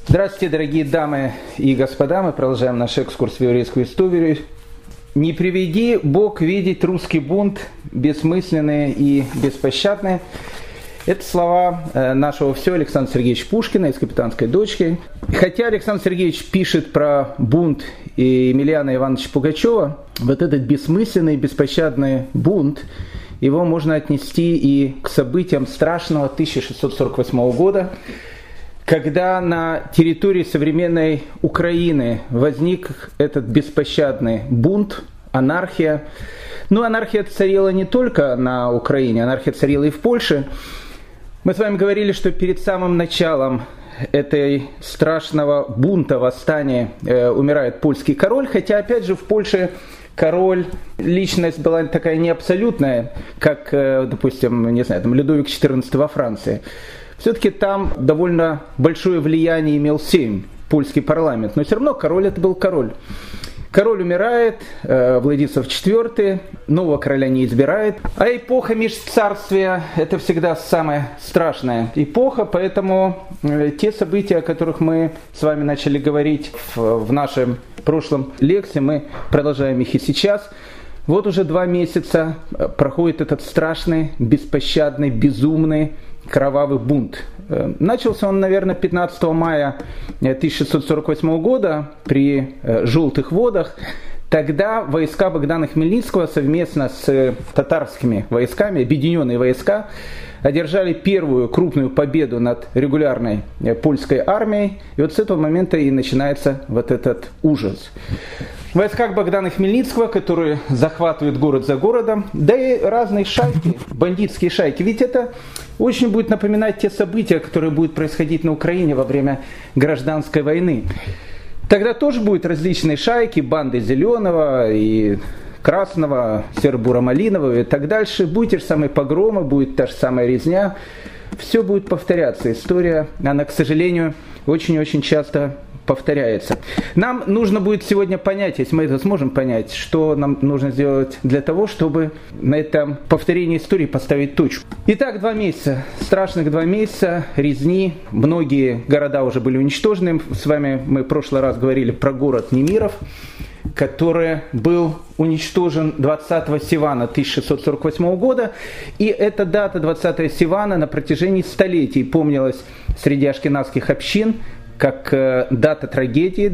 Здравствуйте, дорогие дамы и господа. Мы продолжаем наш экскурс в еврейскую историю. Не приведи Бог видеть русский бунт, бессмысленные и беспощадные. Это слова нашего все Александра Сергеевича Пушкина из «Капитанской дочки». Хотя Александр Сергеевич пишет про бунт и Емельяна Ивановича Пугачева, вот этот бессмысленный, беспощадный бунт, его можно отнести и к событиям страшного 1648 года, когда на территории современной Украины возник этот беспощадный бунт, анархия. Но анархия царила не только на Украине, анархия царила и в Польше. Мы с вами говорили, что перед самым началом этой страшного бунта, восстания умирает польский король, хотя, опять же, в Польше король, личность была такая не абсолютная, как, допустим, не знаю, там Людовик XIV во Франции. Все-таки там довольно большое влияние имел Сейм, польский парламент, но все равно король это был король. Король умирает, Владислав IV, нового короля не избирает. А эпоха межцарствия – это всегда самая страшная эпоха, поэтому те события, о которых мы с вами начали говорить в нашем прошлом лекции, мы продолжаем их и сейчас. Вот уже 2 месяца проходит этот страшный, беспощадный, безумный, кровавый бунт. Начался он, наверное, 15 мая 1648 года при Желтых водах. Тогда войска Богдана Хмельницкого совместно с татарскими войсками, объединенные войска, одержали первую крупную победу над регулярной польской армией. И вот с этого момента и начинается вот этот ужас. В войсках Богдана Хмельницкого, которые захватывают город за городом, да и разные шайки, бандитские шайки. Ведь это очень будет напоминать те события, которые будут происходить на Украине во время гражданской войны. Тогда тоже будут различные шайки, банды зеленого и красного, серо-буро-малинового и так дальше. Будут те же самые погромы, будет та же самая резня. Все будет повторяться. История, она, к сожалению, очень-очень часто повторяется. Нам нужно будет сегодня понять, если мы это сможем понять, что нам нужно сделать для того, чтобы на этом повторении истории поставить точку. Итак, 2 месяца, страшных 2 месяца резни, многие города уже были уничтожены. С вами мы в прошлый раз говорили про город Немиров, который был уничтожен 20 Сивана 1648 года. И эта дата 20 Сивана на протяжении столетий помнилась среди ашкеназских общин как дата трагедии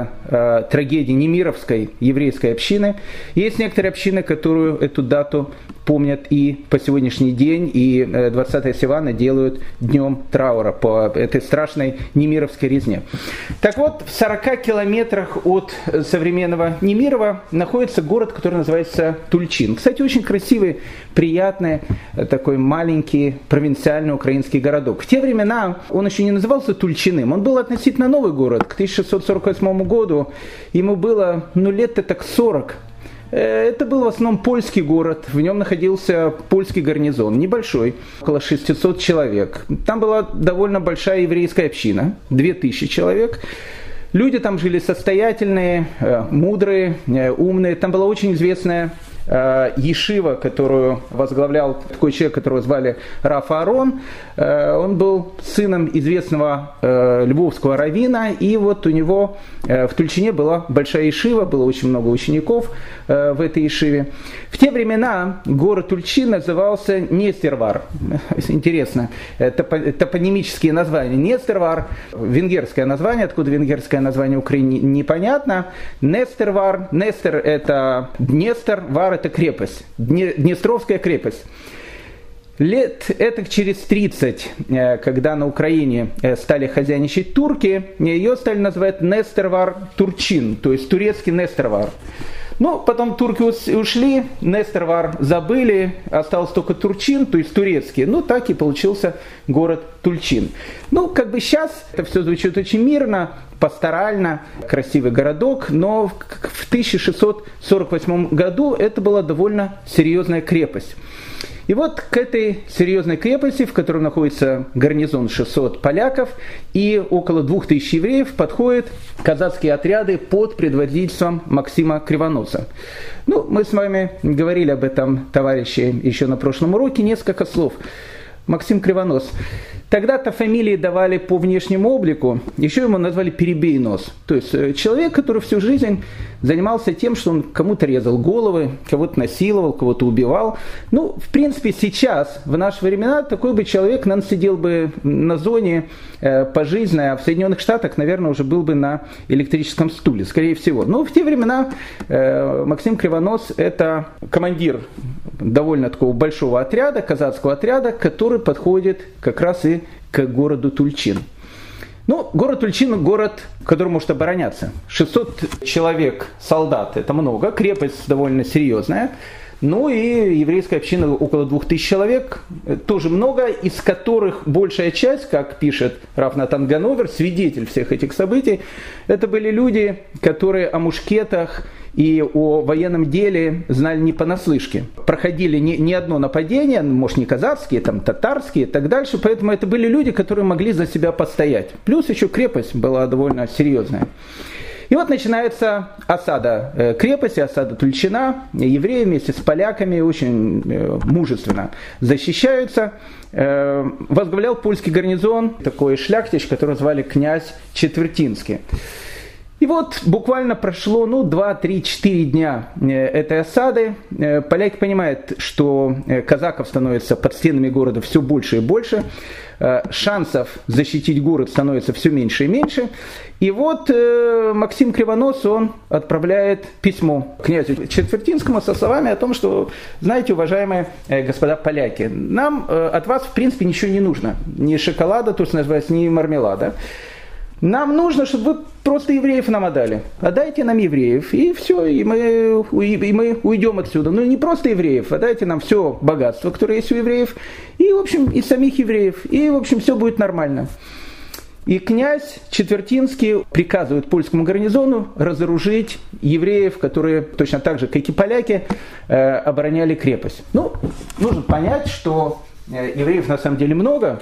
немировской еврейской общины. Есть некоторые общины, которые эту дату помнят и по сегодняшний день, и 20 Сивана делают днем траура по этой страшной немировской резне. Так вот, в 40 километрах от современного Немирова находится город, который называется Тульчин. Кстати, очень красивый, приятный, такой маленький провинциальный украинский городок. В те времена он еще не назывался Тульчиным, он был относительно новый город. К 1648 году ему было лет так 40. Это был в основном польский город, в нем находился польский гарнизон, небольшой, около 600 человек. Там была довольно большая еврейская община, 2000 человек. Люди там жили состоятельные, мудрые, умные. Там была очень известная ешива, которую возглавлял такой человек, которого звали Раф Аарон. Он был сыном известного львовского раввина, и вот у него в Тульчине была большая ешива, было очень много учеников в этой ешиве. В те времена город Тульчин назывался Нестервар. Интересно, топонимические названия. Нестервар, венгерское название, откуда венгерское название Украины непонятно. Нестервар, Нестер это Днестр, Вар это крепость, Днестровская крепость. Лет это через 30, когда на Украине стали хозяйничать турки, ее стали называть Нестервар Турчин, то есть турецкий Нестервар. Но потом турки ушли, Нестервар забыли, остался только Турчин, то есть турецкий. Так и получился город Тульчин. Сейчас это все звучит очень мирно, пасторально, красивый городок, но в 1648 году это была довольно серьезная крепость. И вот к этой серьезной крепости, в которой находится гарнизон 600 поляков и около 2000 евреев, подходят казацкие отряды под предводительством Максима Кривоноса. Мы с вами говорили об этом, товарищи, еще на прошлом уроке, несколько слов. Максим Кривонос. Тогда-то фамилии давали по внешнему облику, еще ему назвали «перебей-нос». То есть человек, который всю жизнь занимался тем, что он кому-то резал головы, кого-то насиловал, кого-то убивал. Ну, в принципе, сейчас, в наши времена, такой бы человек, наверное, сидел бы на зоне пожизненно, а в Соединенных Штатах, наверное, уже был бы на электрическом стуле, скорее всего. Но в те времена Максим Кривонос – это командир довольно такого большого отряда, казацкого отряда, который подходит как раз и к городу Тульчин. Ну, город Тульчин – город, который может обороняться. 600 человек, солдат – это много, крепость довольно серьезная. Ну и еврейская община около 2000 человек, тоже много, из которых большая часть, как пишет Рав Натан Гановер, свидетель всех этих событий, это были люди, которые о мушкетах и о военном деле знали не понаслышке. Проходили не одно нападение, может не казахские, там татарские и так дальше, поэтому это были люди, которые могли за себя постоять. Плюс еще крепость была довольно серьезная. И вот начинается осада крепости, осада Тульчина. Евреи вместе с поляками очень мужественно защищаются. Возглавлял польский гарнизон такой шляхтич, которого звали князь Четвертинский. И вот буквально прошло 2, 3, 4 дня этой осады. Поляки понимают, что казаков становится под стенами города все больше и больше. Шансов защитить город становится все меньше и меньше. И вот Максим Кривонос, он отправляет письмо князю Четвертинскому со словами о том, что, знаете, уважаемые господа поляки, нам от вас, в принципе, ничего не нужно. Ни шоколада, то есть называется, ни мармелада. Нам нужно, чтобы вы просто евреев нам отдали. Отдайте нам евреев, и все, и мы уйдем отсюда. Ну, не просто евреев, отдайте нам все богатство, которое есть у евреев, и, в общем, и самих евреев, и, в общем, все будет нормально. И князь Четвертинский приказывает польскому гарнизону разоружить евреев, которые точно так же, как и поляки, обороняли крепость. Ну, нужно понять, что евреев на самом деле много,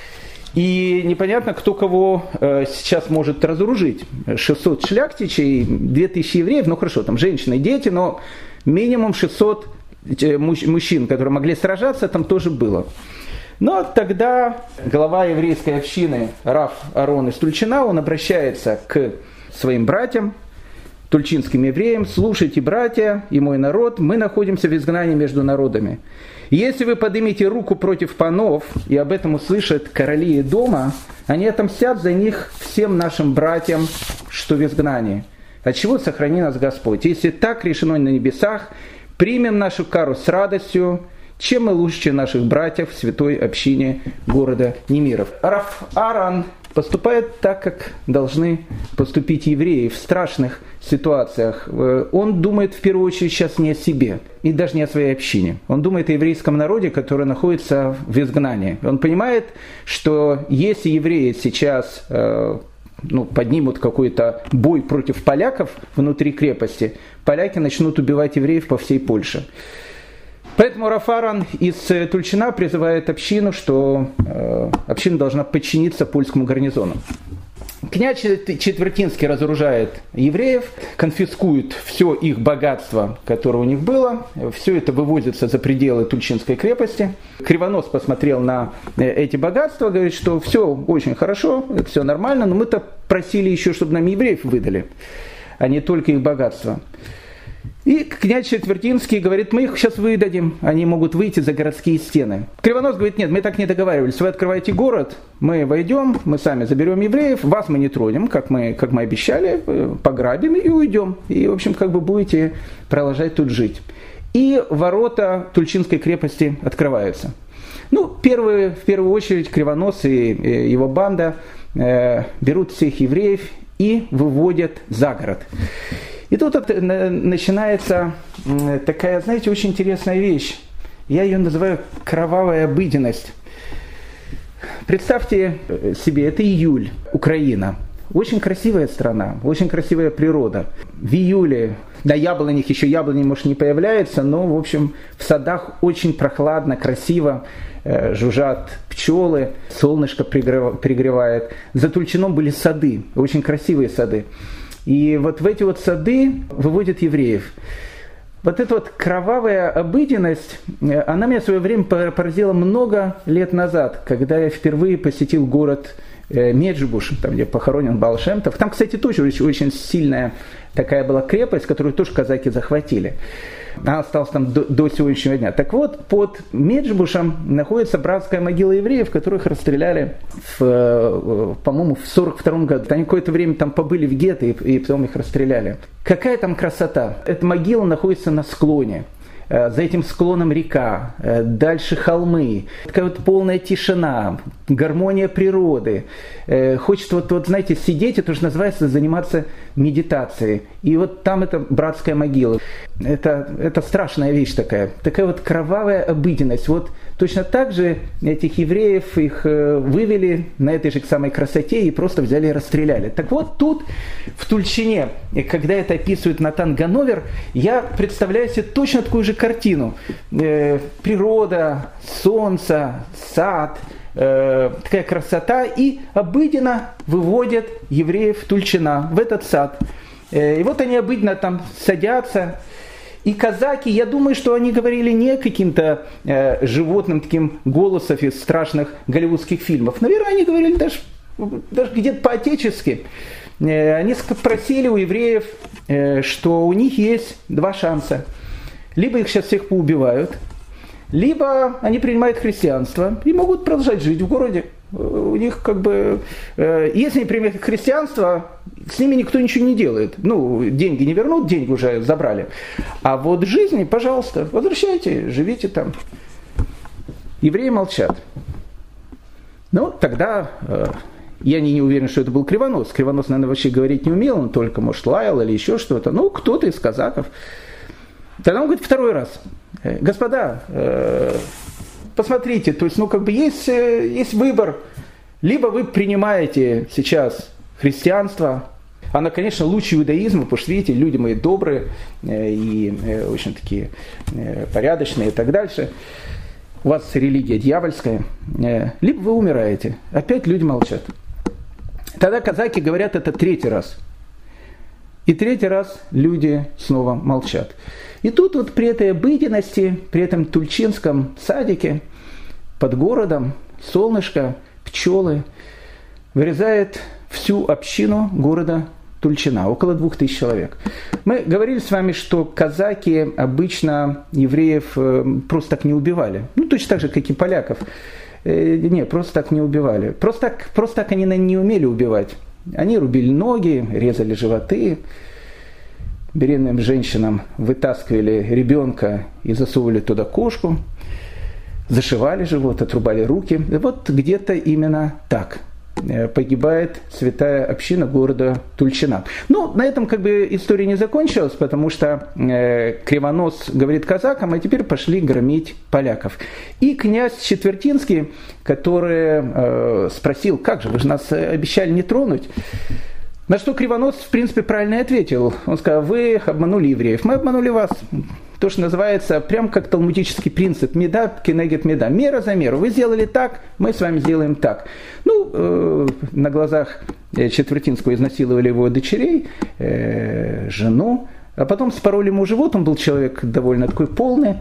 и непонятно, кто кого сейчас может разоружить. 600 шляхтичей, 2000 евреев, ну хорошо, там женщины, дети, но минимум 600 мужчин, которые могли сражаться, там тоже было. Но тогда глава еврейской общины Рав Арон из Тульчина, он обращается к своим братьям, тульчинским евреям: слушайте, братья и мой народ, мы находимся в изгнании между народами. Если вы поднимете руку против панов, и об этом услышат короли Эдома, они отомстят за них всем нашим братьям, что в изгнании. Отчего сохрани нас Господь? Если так решено на небесах, примем нашу кару с радостью, чем мы лучше, чем наших братьев в святой общине города Немиров. Рав Арон поступает так, как должны поступить евреи в страшных ситуациях. Он думает в первую очередь сейчас не о себе и даже не о своей общине. Он думает о еврейском народе, который находится в изгнании. Он понимает, что если евреи сейчас поднимут какой-то бой против поляков внутри крепости, поляки начнут убивать евреев по всей Польше. Поэтому Рав Арон из Тульчина призывает общину, что община должна подчиниться польскому гарнизону. Князь Четвертинский разоружает евреев, конфискует все их богатство, которое у них было, все это вывозится за пределы Тульчинской крепости. Кривонос посмотрел на эти богатства, говорит, что все очень хорошо, все нормально, но мы-то просили еще, чтобы нам евреев выдали, а не только их богатство. И князь Четвертинский говорит: мы их сейчас выдадим, они могут выйти за городские стены. Кривонос говорит: нет, мы так не договаривались, вы открываете город, мы войдем, мы сами заберем евреев, вас мы не тронем, как мы обещали, пограбим и уйдем. И, в общем, будете продолжать тут жить. И ворота Тульчинской крепости открываются. В первую очередь Кривонос и его банда берут всех евреев и выводят за город. И тут начинается такая, знаете, очень интересная вещь. Я ее называю кровавая обыденность. Представьте себе, это июль, Украина. Очень красивая страна, очень красивая природа. В июле на яблонях еще яблони, может, не появляются, но, в общем, в садах очень прохладно, красиво. Жужжат пчелы, солнышко пригревает. За Тульчином были сады, очень красивые сады. И вот в эти вот сады выводят евреев. Вот эта вот кровавая обыденность, она меня в свое время поразила много лет назад, когда я впервые посетил город Меджибуш, там, где похоронен Баал Шем Тов. Там, кстати, тоже очень сильная такая была крепость, которую тоже казаки захватили. Она осталась там до сегодняшнего дня. Так вот, под Меджибушем находится братская могила евреев, которых расстреляли, по-моему, в 1942 году. Они какое-то время там побыли в гетто, и потом их расстреляли. Какая там красота! Эта могила находится на склоне. За этим склоном река, дальше холмы, такая вот полная тишина, гармония природы. Хочется вот знаете, сидеть, это уже называется заниматься медитацией. И вот там это братская могила. Это страшная вещь такая вот кровавая обыденность. Вот точно так же этих евреев их вывели на этой же самой красоте и просто взяли и расстреляли. Так вот тут, в Тульчине, когда это описывает Натан Гановер, я представляю себе точно такую же картину. Природа, солнце, сад, такая красота, и обыденно выводят евреев Тульчина в этот сад. И вот они обыденно там садятся. И казаки, я думаю, что они говорили не каким-то животным таким голосом из страшных голливудских фильмов. Наверное, они говорили даже где-то по-отечески. Они спросили у евреев, что у них есть два шанса. Либо их сейчас всех поубивают, либо они принимают христианство и могут продолжать жить в городе. У них если они примут христианство, с ними никто ничего не делает. Деньги не вернут, деньги уже забрали. А вот жизни, пожалуйста, возвращайте, живите там. Евреи молчат. Тогда я не уверен, что это был Кривонос. Кривонос, наверное, вообще говорить не умел, он только, может, лаял или еще что-то. Кто-то из казаков. Тогда он говорит второй раз: господа, посмотрите, то есть, есть выбор. Либо вы принимаете сейчас христианство, оно, конечно, лучше иудаизма, потому что, видите, люди мои добрые и очень такие порядочные и так дальше. У вас религия дьявольская. Либо вы умираете. Опять люди молчат. Тогда казаки говорят это третий раз. И третий раз люди снова молчат. И тут вот при этой обыденности, при этом тульчинском садике, под городом, солнышко, пчелы, вырезает всю общину города Тульчина, около 2000 человек. Мы говорили с вами, что казаки обычно евреев просто так не убивали. Точно так же, как и поляков. Не, просто так не убивали. Просто так они, наверное, не умели убивать. Они рубили ноги, резали животы, беременным женщинам вытаскивали ребенка и засовывали туда кошку, зашивали живот, отрубали руки. И вот где-то именно так погибает святая община города Тульчина. На этом история не закончилась, потому что Кривонос говорит казакам, а теперь пошли громить поляков. И князь Четвертинский, который спросил: как же, вы же нас обещали не тронуть? На что Кривонос, в принципе, правильно ответил. Он сказал: вы обманули евреев, мы обманули вас. То, что называется, прям как талмудический принцип: меда кенегет меда, мера за меру. Вы сделали так, мы с вами сделаем так. На глазах Четвертинского изнасиловали его дочерей, жену, а потом спороли ему живот, он был человек довольно такой полный,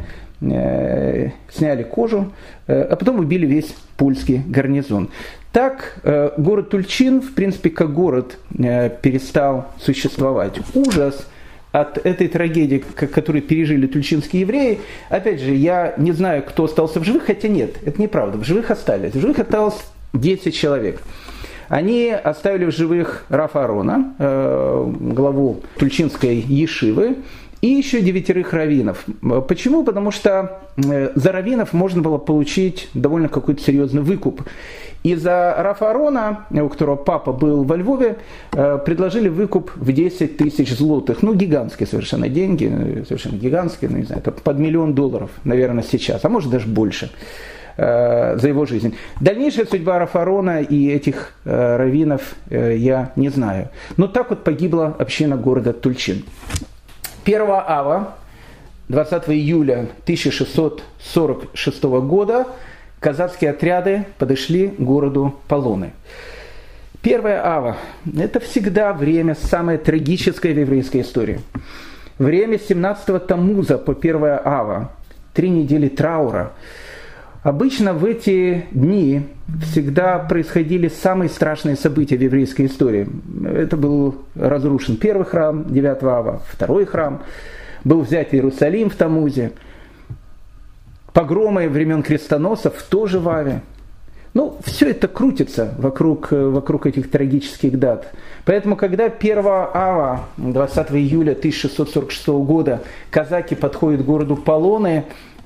сняли кожу, а потом убили весь польский гарнизон. Так город Тульчин, в принципе, как город, перестал существовать. Ужас от этой трагедии, которую пережили тульчинские евреи. Опять же, я не знаю, кто остался в живых, хотя нет, это неправда, в живых остались. В живых осталось 10 человек. Они оставили в живых Рафа Арона, главу Тульчинской ешивы, и еще 9 раввинов. Почему? Потому что за раввинов можно было получить довольно какой-то серьезный выкуп. И за Рафа Арона, у которого папа был во Львове, предложили выкуп в 10 тысяч злотых. Гигантские совершенно деньги, совершенно гигантские, не знаю, это под $1 миллион, наверное, сейчас, а может даже больше, за его жизнь. Дальнейшая судьба Рафа Арона и этих раввинов я не знаю. Но так вот погибла община города Тульчин. 1 ава, 20 июля 1646 года, казацкие отряды подошли к городу Полоны. 1 ава – это всегда время самое трагическое в еврейской истории. время 17-го Тамуза по 1 Ава, 3 недели траура. Обычно в эти дни всегда происходили самые страшные события в еврейской истории. Это был разрушен первый храм 9 Ава, второй храм, был взят Иерусалим в Тамузе, погромы времен крестоносцев тоже в Аве. Ну, все это крутится вокруг этих трагических дат. Поэтому, когда 1 Ава, 20 июля 1646 года, казаки подходят к городу Полоны,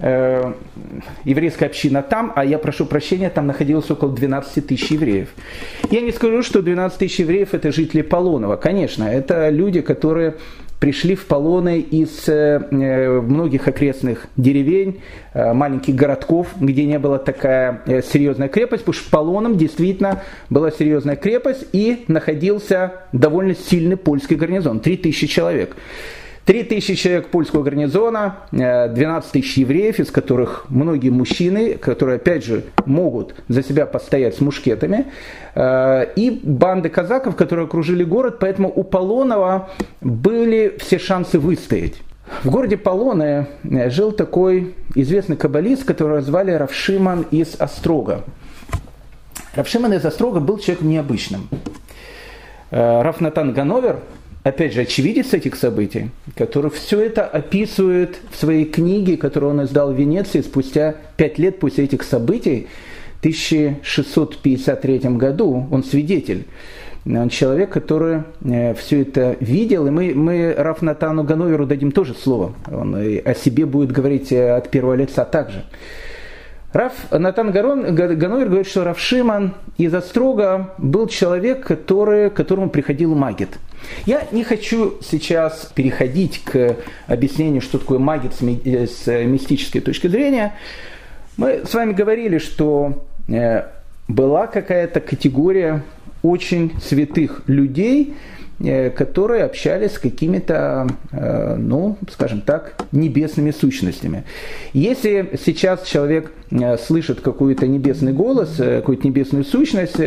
еврейская община там, а я прошу прощения, там находилось около 12 тысяч евреев. Я не скажу, что 12 тысяч евреев это жители Полонова. Конечно, это люди, которые пришли в Полоны из многих окрестных деревень, маленьких городков, где не была такая серьезная крепость, потому что Полоном действительно была серьезная крепость и находился довольно сильный польский гарнизон, 3000 человек. 3000 человек польского гарнизона, 12 тысяч евреев, из которых многие мужчины, которые, опять же, могут за себя постоять с мушкетами, и банды казаков, которые окружили город, поэтому у Полонова были все шансы выстоять. В городе Полоны жил такой известный каббалист, которого звали Рав Шимон из Острога. Рав Шимон из Острога был человеком необычным. Рав Натан Гановер, опять же, очевидец этих событий, который все это описывает в своей книге, которую он издал в Венеции спустя 5 лет после этих событий, в 1653 году, он свидетель. Он человек, который все это видел, и мы Рав Натану Гановеру дадим тоже слово. Он о себе будет говорить от первого лица также. Рав Натан Гановер говорит, что Рав Шимон из Острога был человек, которому приходил магит. Я не хочу сейчас переходить к объяснению, что такое магит с мистической точки зрения. Мы с вами говорили, что была какая-то категория очень святых людей, которые общались с какими-то, скажем так, небесными сущностями. Если сейчас человек слышит какой-то небесный голос, какую-то небесную сущность,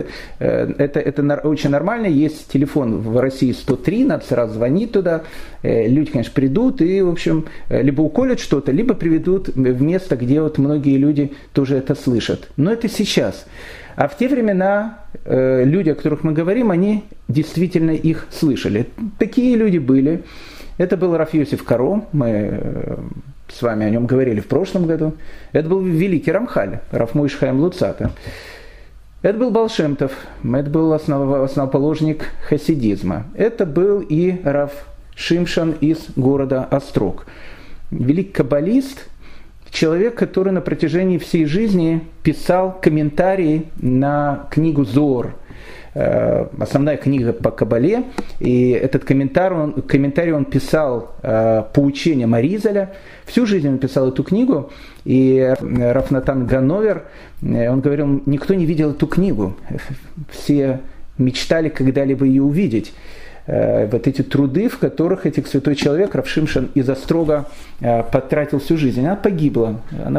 это очень нормально. Есть телефон в России 103, надо сразу звонить туда. Люди, конечно, придут и, в общем, либо уколят что-то, либо приведут в место, где вот многие люди тоже это слышат. Но это сейчас. А в те времена люди, о которых мы говорим, они действительно их слышали. Такие люди были. Это был Рав Йосиф Каро, мы с вами о нем говорили в прошлом году. Это был великий Рамхаль, Рав Мойше Хаим Луцата. Это был Баал Шем Тов, это был основоположник хасидизма. Это был и Рав Шимшон из города Острог. Великий каббалист, человек, который на протяжении всей жизни писал комментарии на книгу Зоар, основная книга по Кабале, и этот комментарий он писал по учениям Аризаля. Всю жизнь он писал эту книгу, и Рав Натан Гановер, он говорил, никто не видел эту книгу, все мечтали когда-либо ее увидеть. Вот эти труды, в которых этих святой человек, Рав Шимшон из Острога, потратил всю жизнь. Она погибла.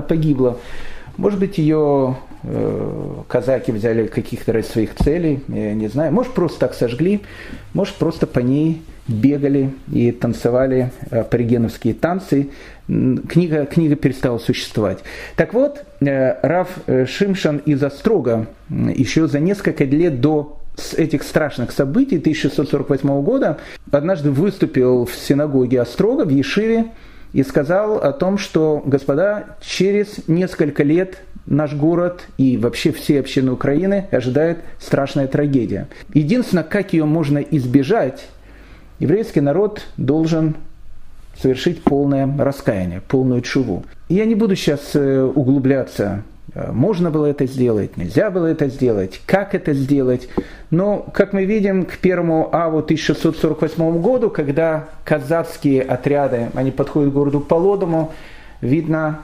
Может быть, ее казаки взяли каких-то ради своих целей, я не знаю. Может, просто так сожгли, может, просто по ней бегали и танцевали аборигеновские танцы. Книга перестала существовать. Так вот, Рав Шимшон из Острога еще за несколько лет до этих страшных событий 1648 года однажды выступил в синагоге Острога, в Ешиве, и сказал о том, что, господа, через несколько лет наш город и вообще все общины Украины ожидает страшная трагедия. Единственное, как ее можно избежать, еврейский народ должен совершить полное раскаяние, полную тшуву. Я не буду сейчас углубляться, можно было это сделать, нельзя было это сделать, как это сделать. Но, как мы видим, к 1 аву 1648 году, когда казацкие отряды, они подходят к городу Полодому, видно,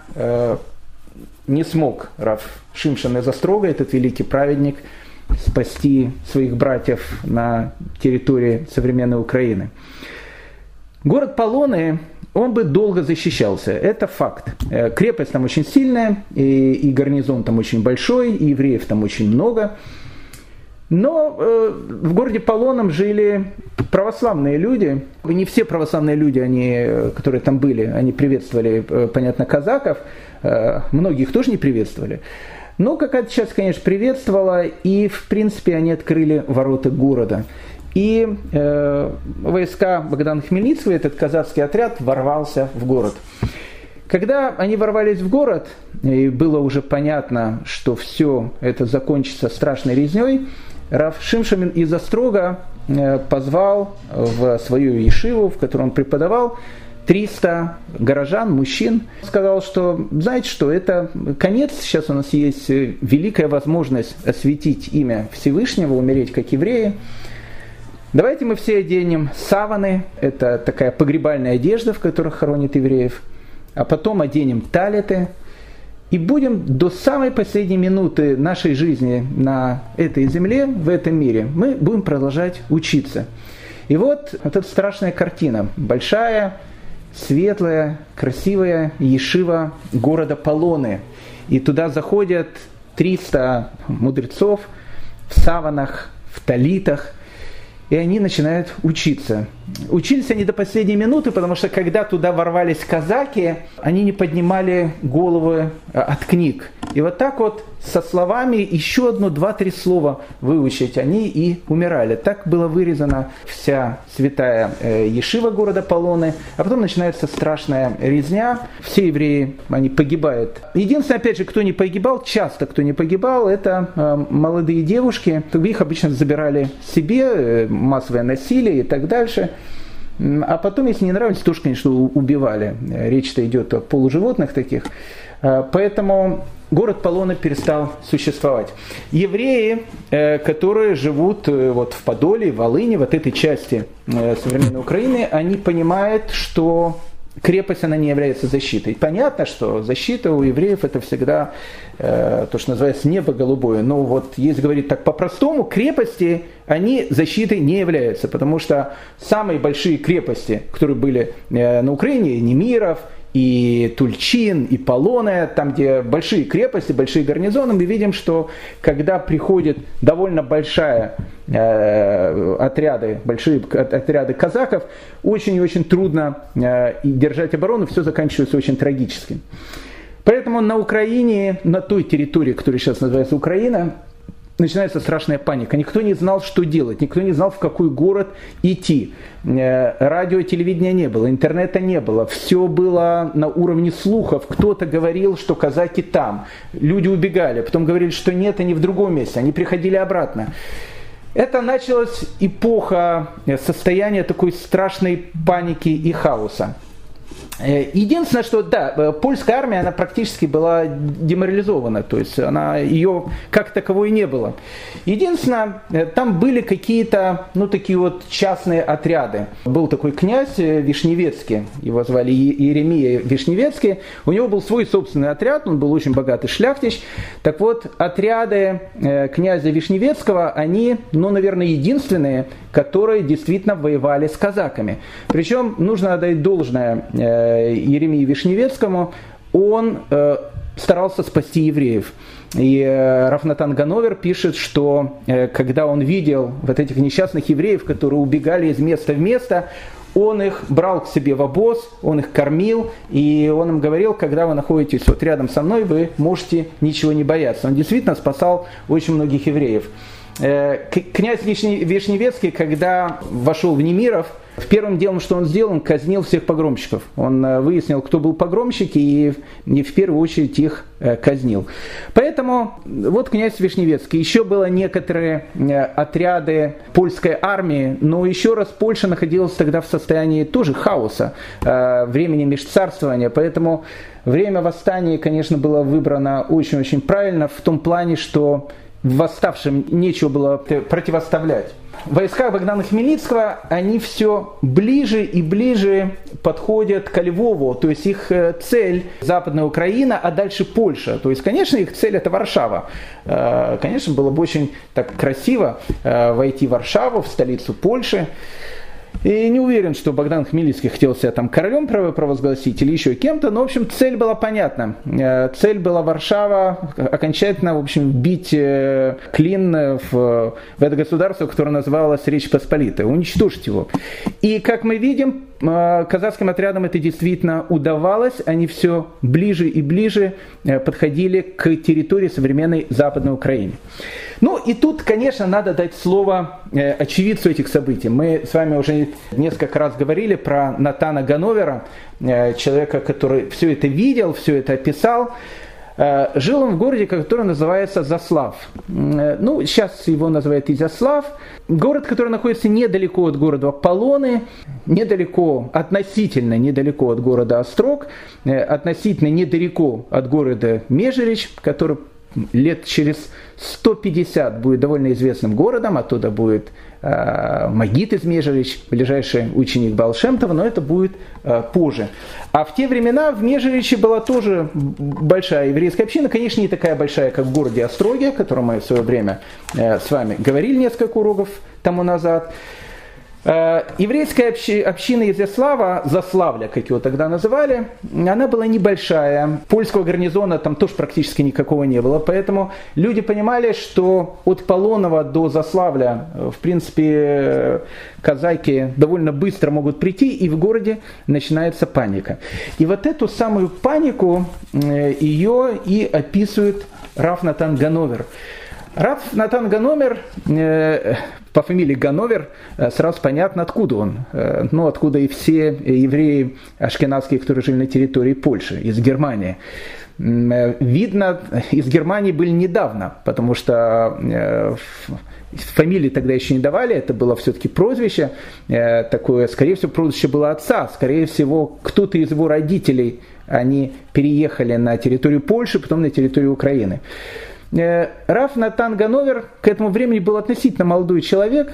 не смог Рав Шимшон из Острога, этот великий праведник, спасти своих братьев на территории современной Украины. Город Полоны, он бы долго защищался, это факт. Крепость там очень сильная, и гарнизон там очень большой, и евреев там очень много. Но в городе Полонном жили православные люди. Не все православные люди, которые там были, они приветствовали, понятно, казаков. Многих тоже не приветствовали. Но какая-то часть, конечно, приветствовала. И, в принципе, они открыли ворота города. И войска Богдана Хмельницкого, этот казацкий отряд, ворвался в город. Когда они ворвались в город, и было уже понятно, что все это закончится страшной резней, рав Шимшон из Острога позвал в свою ешиву, в которой он преподавал, 300 горожан, мужчин. Сказал, что, знаете что, это конец, сейчас у нас есть великая возможность осветить имя Всевышнего, умереть как евреи. Давайте мы все оденем саваны, это такая погребальная одежда, в которой хоронят евреев, а потом оденем талиты и будем до самой последней минуты нашей жизни на этой земле, в этом мире, мы будем продолжать учиться. И вот эта страшная картина, большая, светлая, красивая ешива города Полоны. И туда заходят 300 мудрецов в саванах, в талитах, и они начинают учиться. Учились они до последней минуты, потому что когда туда ворвались казаки, они не поднимали головы от книг. И вот так вот со словами еще одно, 2-3 слова выучить они и умирали. Так была вырезана вся святая ешива города Полоны. А потом начинается страшная резня. Все евреи, они погибают. Единственное, опять же, кто не погибал, часто кто не погибал, это молодые девушки. Их обычно забирали себе, массовое насилие и так дальше. А потом, если не нравилось, тоже, конечно, убивали. Речь-то идет о полуживотных таких. Поэтому город Полона перестал существовать. Евреи, которые живут вот в Подоле, в Волыни, вот этой части современной Украины, они понимают, что крепость, она не является защитой. Понятно, что защита у евреев это всегда то, что называется небо голубое. Но вот если говорить так по-простому, крепости, они защитой не являются. Потому что самые большие крепости, которые были на Украине, Немиров, и Тульчин, и Полоная, там, где большие крепости, большие гарнизоны, мы видим, что когда приходит довольно большие отряды казаков, очень и очень трудно держать оборону, все заканчивается очень трагически. Поэтому на Украине, на той территории, которая сейчас называется Украина, начинается страшная паника. Никто не знал, что делать, никто не знал, в какой город идти. Радио, телевидения не было, интернета не было. Все было на уровне слухов. Кто-то говорил, что казаки там. Люди убегали. Потом говорили, что нет, они в другом месте. Они приходили обратно. Это началась эпоха состояния такой страшной паники и хаоса. Единственное, что да, польская армия, она практически была деморализована, то есть ее как таковой не было. Единственное, там были какие-то, такие вот частные отряды. Был такой князь Вишневецкий, его звали Иеремия Вишневецкий, у него был свой собственный отряд, он был очень богатый шляхтич. Так вот, отряды князя Вишневецкого, они, наверное, единственные, которые действительно воевали с казаками. Причем нужно отдать должное Иеремии Вишневецкому, он старался спасти евреев. И рав Натан Гановер пишет, что когда он видел вот этих несчастных евреев, которые убегали из места в место, он их брал к себе в обоз, он их кормил, и он им говорил, когда вы находитесь вот рядом со мной, вы можете ничего не бояться. Он действительно спасал очень многих евреев. Князь Вишневецкий, когда вошел в Немиров, первым делом, что он сделал, он казнил всех погромщиков. Он выяснил, кто был погромщики, и в первую очередь их казнил. Поэтому вот князь Вишневецкий. Еще было некоторые отряды польской армии, но еще раз Польша находилась тогда в состоянии тоже хаоса, времени межцарствования. Поэтому время восстания, конечно, было выбрано очень-очень правильно в том плане, что восставшим нечего было противоставлять. Войска Богдана Хмельницкого, они все ближе и ближе подходят ко Львову, то есть их цель Западная Украина, а дальше Польша. То есть, конечно, их цель это Варшава. Конечно, было бы очень так красиво войти в Варшаву, в столицу Польши. И не уверен, что Богдан Хмельницкий хотел себя там королем провозгласить или еще кем-то, но, в общем, цель была понятна. Цель была Варшава окончательно, в общем, вбить клин в это государство, которое называлось Речь Посполитая, уничтожить его. И, как мы видим, казацким отрядам это действительно удавалось, они все ближе и ближе подходили к территории современной Западной Украины. Ну и тут, конечно, надо дать слово очевидцу этих событий. Мы с вами уже несколько раз говорили про Натана Ганновера, человека, который все это видел, все это описал. Жил он в городе, который называется Заслав. Ну, сейчас его называют Изяслав. Город, который находится недалеко от города Полоны, относительно недалеко от города Острог, относительно недалеко от города Межерич, который лет через 150 будет довольно известным городом, оттуда будет Магит из Межерич, ближайший ученик Баал Шем Това, но это будет позже. А в те времена в Межериче была тоже большая еврейская община, конечно, не такая большая, как в городе Остроге, о котором мы в свое время с вами говорили несколько уроков тому назад. Еврейская община Изяслава, Заславля, как его тогда называли, она была небольшая. Польского гарнизона там тоже практически никакого не было. Поэтому люди понимали, что от Полонова до Заславля, в принципе, казаки довольно быстро могут прийти, и в городе начинается паника. И вот эту самую панику ее и описывает Рав Натан Ганновер. Рав Натан Ганновер, по фамилии Ганновер, сразу понятно, откуда он. Ну, откуда и все евреи ашкеназские, которые жили на территории Польши, из Германии. Видно, из Германии были недавно, потому что фамилии тогда еще не давали, это было все-таки прозвище такое, скорее всего, прозвище было отца, скорее всего, кто-то из его родителей, они переехали на территорию Польши, потом на территорию Украины. Рав Натан Ганновер к этому времени был относительно молодой человек,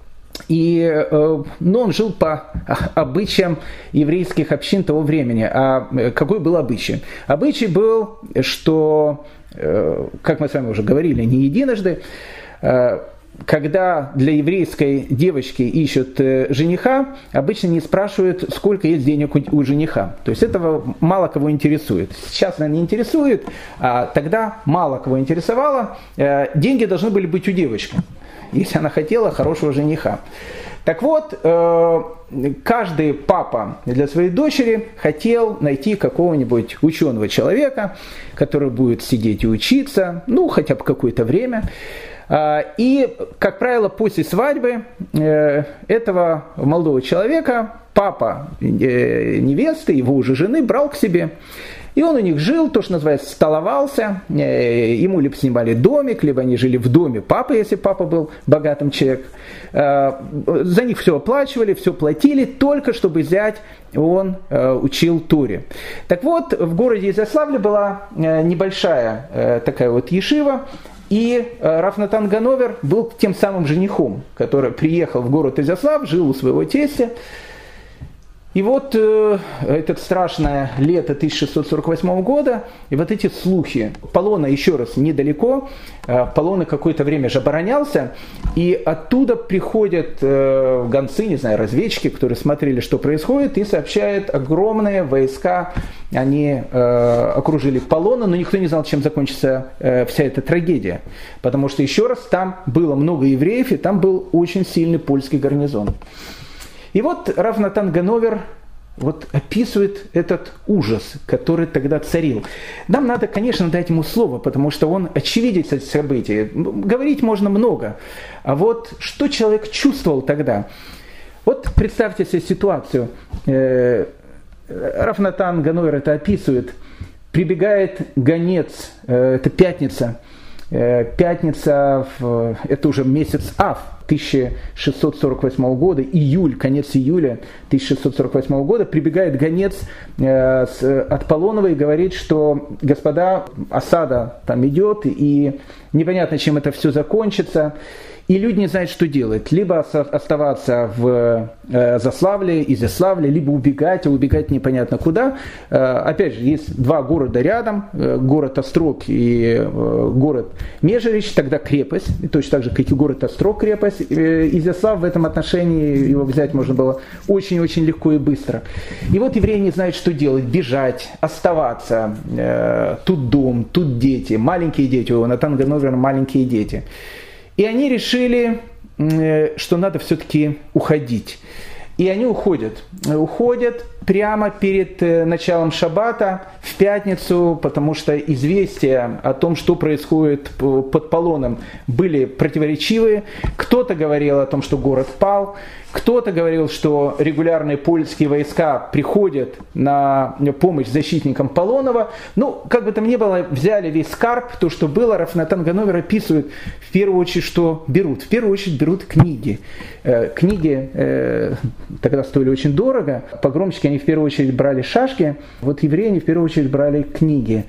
но он жил по обычаям еврейских общин того времени. А какой был обычай? Обычай был, что, как мы с вами уже говорили не единожды, когда для еврейской девочки ищут жениха, обычно не спрашивают, сколько есть денег у жениха. То есть этого мало кого интересует. Сейчас она не интересует, а тогда мало кого интересовало. Деньги должны были быть у девочки, если она хотела хорошего жениха. Так вот, каждый папа для своей дочери хотел найти какого-нибудь ученого человека, который будет сидеть и учиться, ну, хотя бы какое-то время. И, как правило, после свадьбы этого молодого человека папа невесты, его уже жены, брал к себе. И он у них жил, то, что называется, столовался. Ему либо снимали домик, либо они жили в доме папы, если папа был богатым человеком. За них все оплачивали, все платили, только чтобы зять он учил Торе. Так вот, в городе Изяславле была небольшая такая вот ешива. И Рав Натан Ганновер был тем самым женихом, который приехал в город Изяслав, жил у своего тестя. И вот это страшное лето 1648 года, и вот эти слухи. Полона, еще раз, недалеко. Полона какое-то время же оборонялся, и оттуда приходят гонцы, не знаю, разведчики, которые смотрели, что происходит, и сообщают: огромные войска, они окружили Полона, но никто не знал, чем закончится вся эта трагедия. Потому что, еще раз, там было много евреев, и там был очень сильный польский гарнизон. И вот Рав Натан Ганновер вот описывает этот ужас, который тогда царил. Нам надо, конечно, дать ему слово, потому что он очевидец этих событий. Говорить можно много. А вот что человек чувствовал тогда? Вот представьте себе ситуацию. Рав Натан Ганновер это описывает. Прибегает гонец, это пятница. Пятница, это уже месяц Ав 1648 года, июль, конец июля 1648 года, прибегает гонец от Полонова и говорит, что, господа, осада там идет, и непонятно, чем это все закончится. и люди не знают, что делать. Либо оставаться в Заславле, Изяславле, либо убегать, а убегать непонятно куда. Опять же, есть два города рядом, город Острог и город Межерич, тогда крепость, и точно так же, как и город Острог крепость. Изяслав в этом отношении, его взять можно было очень-очень легко и быстро. И вот евреи не знают, что делать, бежать, оставаться. Тут дом, тут дети, маленькие дети, у Натана Ганновера маленькие дети. И они решили, что надо все-таки уходить. И они уходят. Уходят прямо перед началом шаббата в пятницу, потому что известия о том, что происходит под Полоном, были противоречивые. Кто-то говорил о том, что город пал, кто-то говорил, что регулярные польские войска приходят на помощь защитникам Полонова. Ну, как бы там ни было, взяли весь скарб, то, что было. Рав Натан Ганновер описывает в первую очередь, что берут. В первую очередь берут книги. Книги тогда стоили очень дорого. Погромщики, они в первую очередь брали шашки. Вот евреи, они в первую очередь брали книги.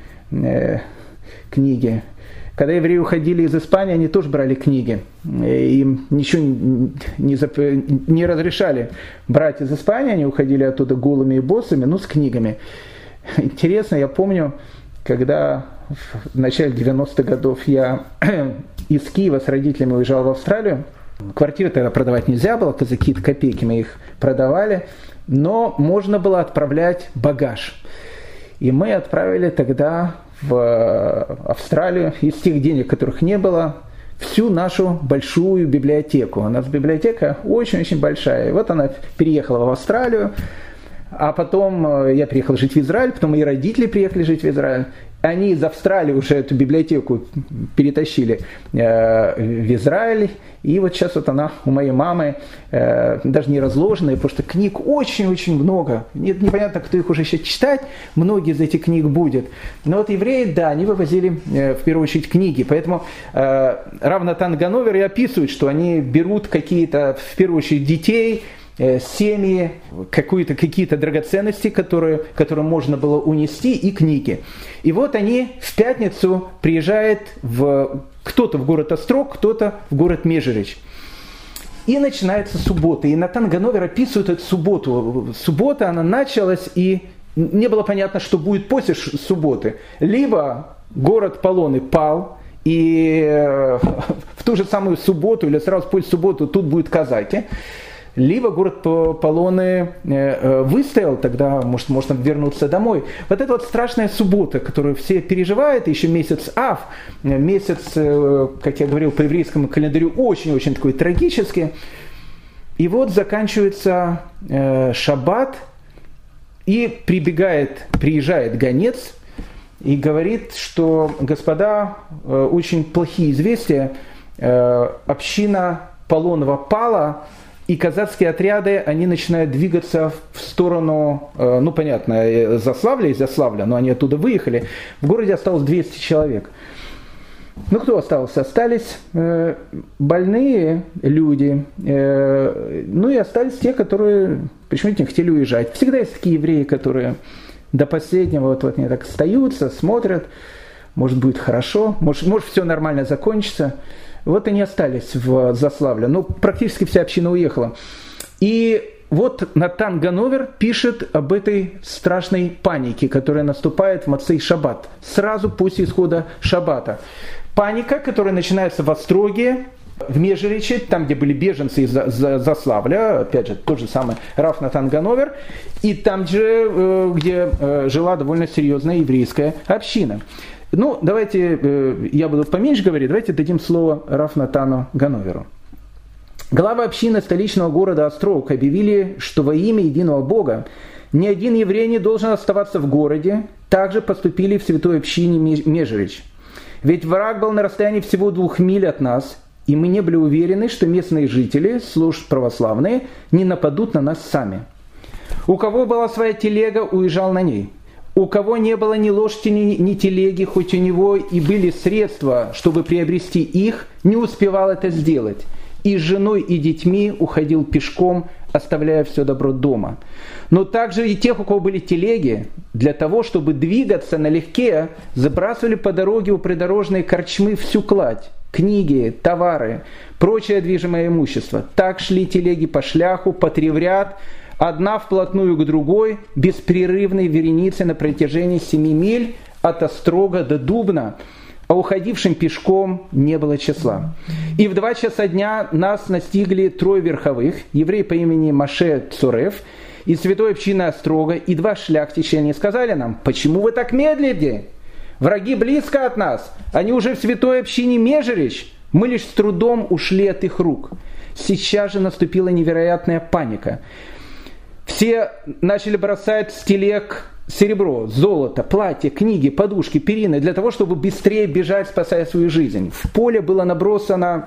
Когда евреи уходили из Испании, они тоже брали книги. Им ничего не разрешали брать из Испании, они уходили оттуда голыми и босыми, но с книгами. Интересно, я помню, когда в начале 90-х годов я из Киева с родителями уезжал в Австралию. Квартиры тогда продавать нельзя было, за какие-то копейки мы их продавали, но можно было отправлять багаж. И мы отправили тогда в Австралию из тех денег, которых не было, всю нашу большую библиотеку. У нас библиотека очень-очень большая. И вот она переехала в Австралию, а потом я приехал жить в Израиль, потом мои родители приехали жить в Израиль. Они из Австралии уже эту библиотеку перетащили в Израиль. И вот сейчас вот она у моей мамы, даже не разложенная, потому что книг очень-очень много. Непонятно, кто их уже сейчас читать, многие из этих книг будет. Но вот евреи, да, они вывозили в первую очередь книги. Поэтому Рав Натан Ганновер и описывает, что они берут какие-то, в первую очередь, детей, семьи, какие-то драгоценности, которые можно было унести, и книги. И вот они в пятницу приезжают кто-то в город Острог, кто-то в город Межерич. И начинается суббота. И Натан Ганновер описывает эту субботу. Суббота, она началась, и не было понятно, что будет после субботы. Либо город Полоны пал, и в ту же самую субботу, или сразу после субботы тут будут казаки. Либо город Полоны выстоял, тогда может вернуться домой. Вот это вот страшная суббота, которую все переживают, еще месяц Ав, месяц, как я говорил, по еврейскому календарю очень-очень такой трагический. И вот заканчивается шаббат, и приезжает гонец и говорит, что, господа, очень плохие известия, община Полонова пала, и казацкие отряды, они начинают двигаться в сторону, ну понятно, Заславля, Изяславля, но они оттуда выехали. В городе осталось 200 человек. Ну кто остался? Остались больные люди, ну и остались те, которые почему-то не хотели уезжать. Всегда есть такие евреи, которые до последнего вот они так остаются, смотрят, может будет хорошо, может все нормально закончится. Вот они остались в Заславле. Ну, практически вся община уехала. И вот Натан Ганновер пишет об этой страшной панике, которая наступает в Моцей Шаббат, сразу после исхода Шаббата. Паника, которая начинается в Остроге, в Межериче, там, где были беженцы из Заславля, опять же, тот же самый Рав Натан Ганновер, и там же, где жила довольно серьезная еврейская община. Ну, давайте, я буду поменьше говорить, давайте дадим слово Рав Натану Ганноверу. Главы общины столичного города Острог объявили, что во имя единого Бога ни один еврей не должен оставаться в городе, также поступили в святой общине Межерич. Ведь враг был на расстоянии всего 2 миль от нас, и мы не были уверены, что местные жители, служб православные, не нападут на нас сами. У кого была своя телега, уезжал на ней. У кого не было ни лошади, ни телеги, хоть у него и были средства, чтобы приобрести их, не успевал это сделать. И с женой, и детьми уходил пешком, оставляя все добро дома. Но также и тех, у кого были телеги, для того, чтобы двигаться налегке, забрасывали по дороге у придорожной корчмы всю кладь. книги, товары, прочее движимое имущество. Так шли телеги по шляху, по 3 в ряд, одна вплотную к другой, беспрерывной вереницей на протяжении 7 миль от Острога до Дубна, а уходившим пешком не было числа. И в 2 часа дня нас настигли 3 верховых, еврей по имени Моше Цореф, из святой общины Острога, и 2 шляхтича, они сказали нам: «Почему вы так медлите? Враги близко от нас, они уже в святой общине Межерич, мы лишь с трудом ушли от их рук». Сейчас же наступила невероятная паника. Все начали бросать с телег серебро, золото, платья, книги, подушки, перины, для того, чтобы быстрее бежать, спасая свою жизнь. В поле было набросано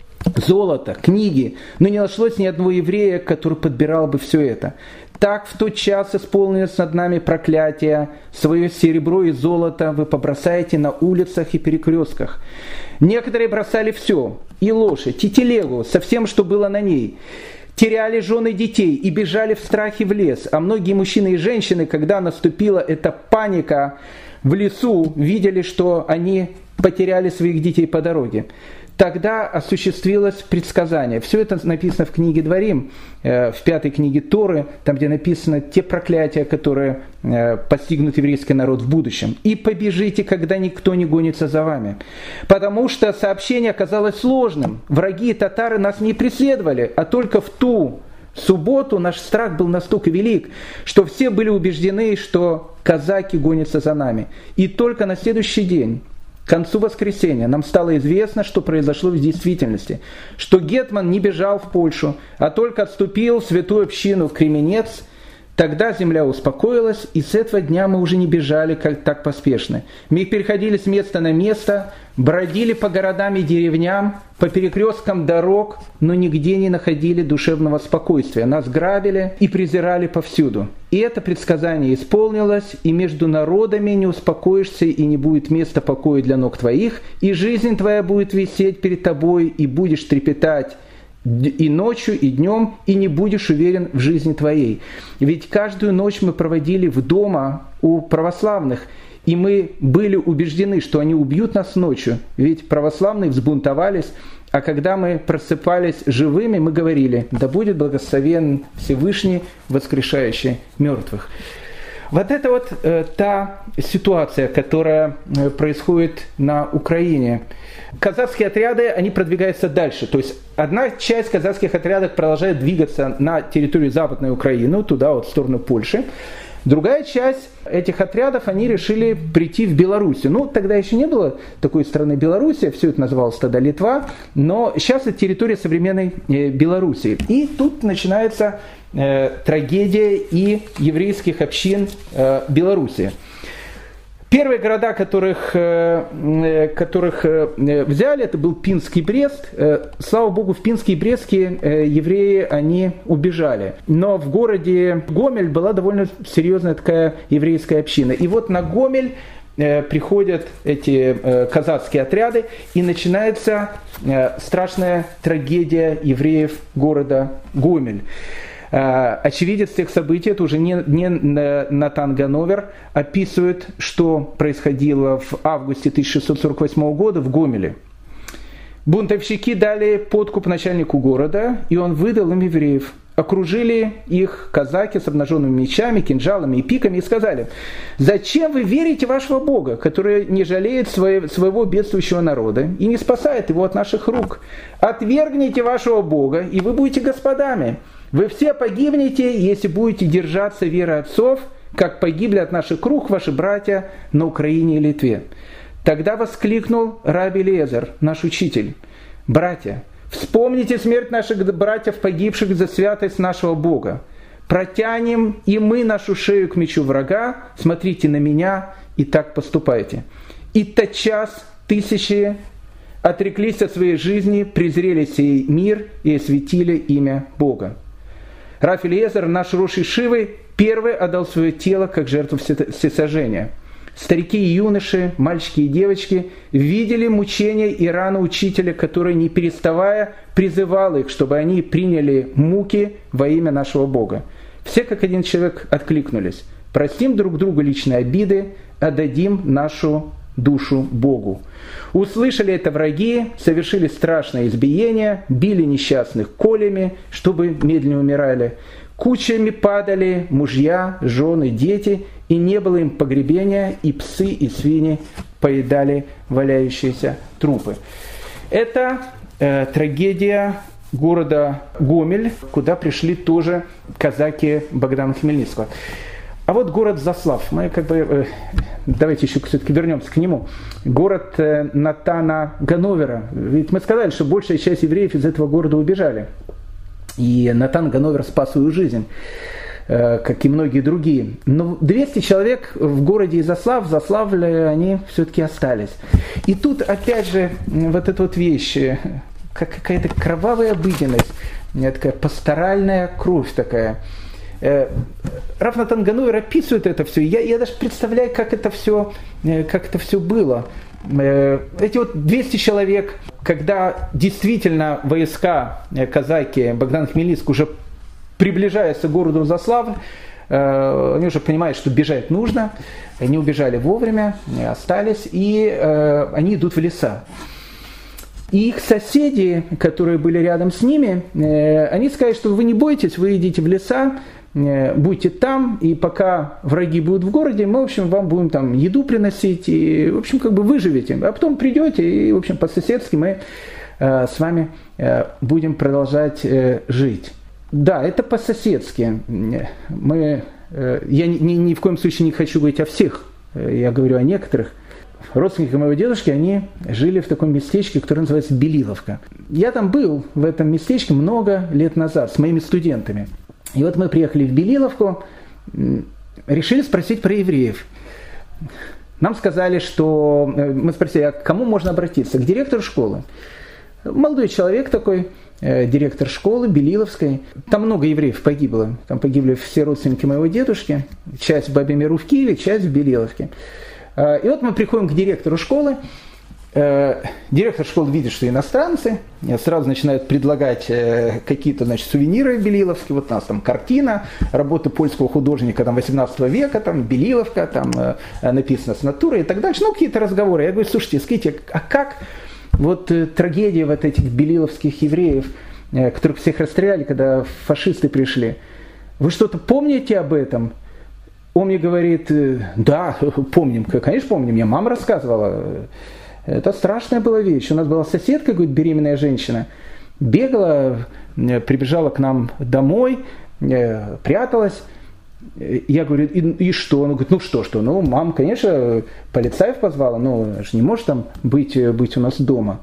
золото, книги, но не нашлось ни одного еврея, который подбирал бы все это. Так в тот час исполнилось над нами проклятие: свое серебро и золото вы побросаете на улицах и перекрестках. Некоторые бросали все, и лошадь, и телегу, со всем, что было на ней. Теряли жен и детей и бежали в страхе в лес. А многие мужчины и женщины, когда наступила эта паника в лесу, видели, что они потеряли своих детей по дороге. Тогда осуществилось предсказание. Все это написано в книге Дворим, в 5 книге Торы, там, где написано те проклятия, которые постигнут еврейский народ в будущем. «И побежите, когда никто не гонится за вами». Потому что сообщение оказалось сложным. Враги и татары нас не преследовали, а только в ту субботу наш страх был настолько велик, что все были убеждены, что казаки гонятся за нами. И только на следующий день, к концу воскресенья, нам стало известно, что произошло в действительности, что гетман не бежал в Польшу, а только отступил в святую общину в Кременец. Тогда земля успокоилась, и с этого дня мы уже не бежали так поспешно. Мы переходили с места на место, бродили по городам и деревням, по перекресткам дорог, но нигде не находили душевного спокойствия. Нас грабили и презирали повсюду. И это предсказание исполнилось, и между народами не успокоишься, и не будет места покоя для ног твоих, и жизнь твоя будет висеть перед тобой, и будешь трепетать и ночью, и днем, и не будешь уверен в жизни твоей. Ведь каждую ночь мы проводили в дома у православных, и мы были убеждены, что они убьют нас ночью, ведь православные взбунтовались, а когда мы просыпались живыми, мы говорили: «Да будет благословен Всевышний, воскрешающий мертвых». Вот это вот та ситуация, которая происходит на Украине. Казацкие отряды, они продвигаются дальше. То есть одна часть казацких отрядов продолжает двигаться на территорию Западной Украины, туда вот в сторону Польши. Другая часть этих отрядов, они решили прийти в Белоруссию. Ну, тогда еще не было такой страны Белоруссия, все это называлось тогда Литва, но сейчас это территория современной Белоруссии. И тут начинается трагедия и еврейских общин Белоруссии. Первые города, которых взяли, это был Пинск и Брест. Слава Богу, в Пинске и Брестке евреи, они убежали. Но в городе Гомель была довольно серьезная такая еврейская община. И вот на Гомель приходят эти казацкие отряды, и начинается страшная трагедия евреев города Гомель. Очевидец тех событий, это уже не Натан Ганновер, описывает, что происходило в августе 1648 года в Гомеле. Бунтовщики дали подкуп начальнику города, и он выдал им евреев. Окружили их казаки с обнаженными мечами, кинжалами и пиками и сказали: «Зачем вы верите в вашего Бога, который не жалеет своего бедствующего народа и не спасает его от наших рук? Отвергните вашего Бога, и вы будете господами. Вы все погибнете, если будете держаться веры отцов, как погибли от наших рук ваши братья на Украине и Литве». Тогда воскликнул Раби Элиэзер, наш учитель: «Братья, вспомните смерть наших братьев, погибших за святость нашего Бога. Протянем и мы нашу шею к мечу врага, смотрите на меня и так поступайте». И тотчас тысячи отреклись от своей жизни, презрели сей мир и осветили имя Бога. Рав Элиэзер, наш Рош Ешивы, первый отдал свое тело как жертву всесожжения. Старики и юноши, мальчики и девочки видели мучения и раны учителя, который, не переставая, призывал их, чтобы они приняли муки во имя нашего Бога. Все как один человек откликнулись: «Простим друг другу личные обиды, отдадим нашу душу Богу. Услышали это враги, совершили страшное избиение, били несчастных колями, чтобы медленно умирали. Кучами падали мужья, жены, дети, и не было им погребения, и псы, и свиньи поедали валяющиеся трупы. Это трагедия города Гомель, куда пришли тоже казаки Богдана Хмельницкого. А вот город Заслав, мы давайте еще все-таки вернемся к нему. Город Натана Ганновера. Ведь мы сказали, что большая часть евреев из этого города убежали. И Натан Ганновер спас свою жизнь, как и многие другие. Но 200 человек в городе Заславле, они все-таки остались. И тут опять же вот эта вот вещь, какая-то кровавая обыденность, такая пасторальная кровь такая. Рав Натан Ганновер описывает это все. Я даже представляю, как это все было. Эти вот 200 человек, когда действительно войска казаки Богдана Хмельницкого уже приближаются к городу Заславль, они уже понимают, что бежать нужно. Они убежали вовремя, остались, и они идут в леса. И их соседи, которые были рядом с ними, они сказали, что вы не бойтесь, вы идите в леса, будьте там, и пока враги будут в городе, мы, в общем, вам будем там еду приносить, и, в общем, выживете. А потом придете, и, в общем, по-соседски мы с вами будем продолжать жить. Да, это по-соседски. Я ни в коем случае не хочу говорить о всех, я говорю о некоторых. Родственники моего дедушки, они жили в таком местечке, которое называется Белиловка. Я там был, в этом местечке, много лет назад, с моими студентами. И вот мы приехали в Белиловку, решили спросить про евреев. Нам сказали, что... Мы спросили, а к кому можно обратиться? К директору школы. Молодой человек такой, директор школы Белиловской. Там много евреев погибло. Там погибли все родственники моего дедушки. Часть в Бабе-Миру в Киеве, часть в Белиловке. И вот мы приходим к директору школы. Директор школы видит, что иностранцы, сразу начинают предлагать какие-то, сувениры белиловские. Вот у нас там картина, работы польского художника 18 века, там Белиловка, там написано с натурой и так дальше. Какие-то разговоры. Я говорю, слушайте, скажите, а как вот трагедия вот этих белиловских евреев, которых всех расстреляли, когда фашисты пришли, вы что-то помните об этом? Он мне говорит, да, помним, конечно помним, мне мама рассказывала. Это страшная была вещь. У нас была соседка, говорит, беременная женщина, бегала, прибежала к нам домой, пряталась. Я говорю, и что? Он говорит, что? Мама, конечно, полицаев позвала, но же не может там быть у нас дома.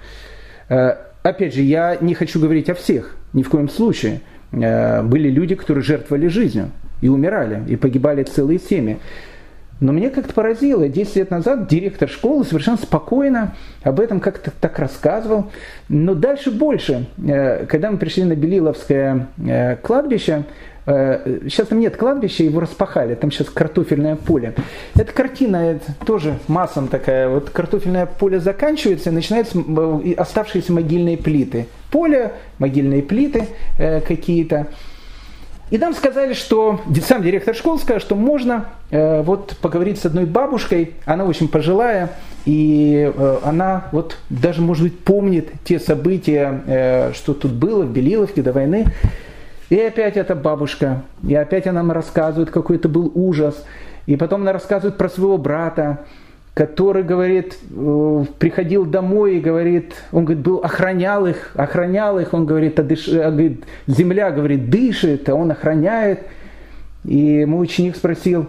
Опять же, я не хочу говорить о всех, ни в коем случае. Были люди, которые жертвовали жизнью и умирали, и погибали целые семьи. Но меня как-то поразило, 10 лет назад директор школы совершенно спокойно об этом как-то так рассказывал. Но дальше больше. Когда мы пришли на Белиловское кладбище, сейчас там нет кладбища, его распахали, там сейчас картофельное поле. Эта картина это тоже массом такая, вот картофельное поле заканчивается, и начинаются оставшиеся могильные плиты. Поле, могильные плиты какие-то. И нам сказали, что сам директор школы сказал, что можно поговорить с одной бабушкой, она очень пожилая, и она даже, может быть, помнит те события, что тут было в Белиловке до войны. И опять эта бабушка, и опять она нам рассказывает, какой это был ужас. И потом она рассказывает про своего брата, который, говорит, приходил домой и говорит, он говорит, охранял их, он говорит, земля, говорит, дышит, а он охраняет. И мой ученик спросил,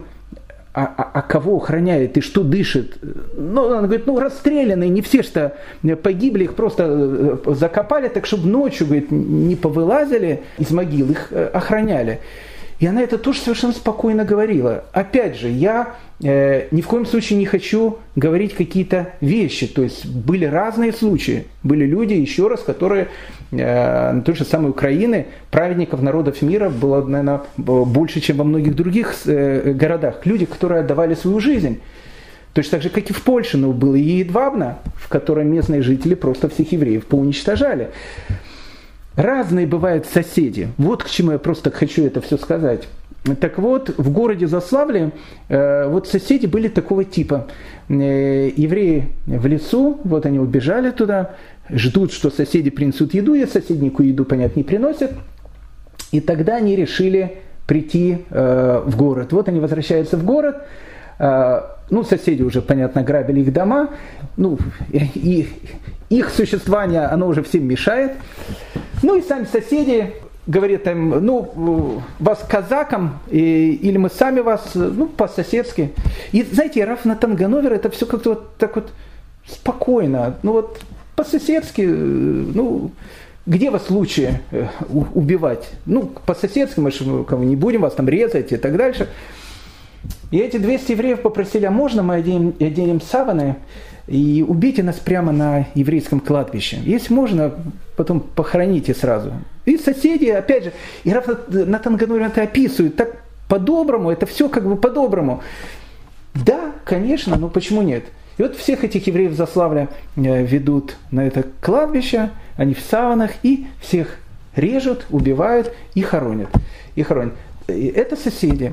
а кого охраняет и что дышит? Он говорит, расстрелянные, не все что погибли, их просто закопали, так чтобы ночью, говорит, не повылазили из могил, их охраняли. И она это тоже совершенно спокойно говорила. Опять же, я ни в коем случае не хочу говорить какие-то вещи. То есть были разные случаи. Были люди, еще раз, которые на той же самой Украине, праведников народов мира было, наверное, больше, чем во многих других городах. Люди, которые отдавали свою жизнь. Точно так же, как и в Польше. Но было и Едвабна, в котором местные жители просто всех евреев поуничтожали. Разные бывают соседи. Вот к чему я просто хочу это все сказать. Так вот, в городе Заславле вот соседи были такого типа. Евреи в лесу, вот они убежали туда, ждут, что соседи принесут еду, и соседнику еду, понятно, не приносят. И тогда они решили прийти в город. Вот они возвращаются в город. Соседи уже, понятно, грабили их дома. И их существование, оно уже всем мешает. И сами соседи говорят им, вас казакам, или мы сами вас, по-соседски. И знаете, Рав Натан Гановер, это все как-то вот так вот спокойно, по-соседски, где вас лучше убивать? По-соседски, мы же не будем вас там резать и так дальше. И эти 200 евреев попросили, а можно мы оденем саваны и убейте нас прямо на еврейском кладбище? Если можно, потом похороните сразу. И соседи, опять же, и Рав Натан Гановер это описывает так по-доброму, это все как бы по-доброму. Да, конечно, но почему нет? И вот всех этих евреев Заславля ведут на это кладбище, они в саванах, и всех режут, убивают и хоронят. Это соседи.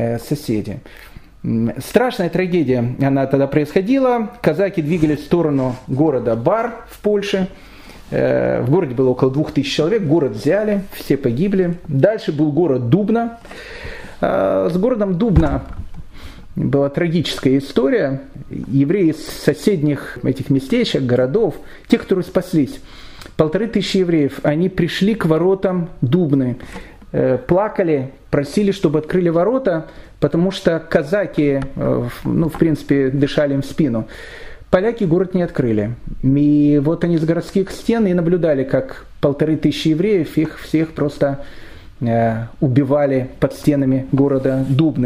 Страшная трагедия, она тогда происходила. Казаки двигались в сторону города Бар в Польше. В городе было около 2000 человек, город взяли, все погибли. Дальше был город Дубна. С городом Дубна была трагическая история. Евреи из соседних этих местечек, городов, те, которые спаслись, 1500 евреев, они пришли к воротам Дубны, плакали, просили, чтобы открыли ворота, потому что казаки, в принципе, дышали им в спину. Поляки город не открыли. И вот они с городских стен и наблюдали, как 1500 евреев, их всех просто убивали под стенами города Дубны.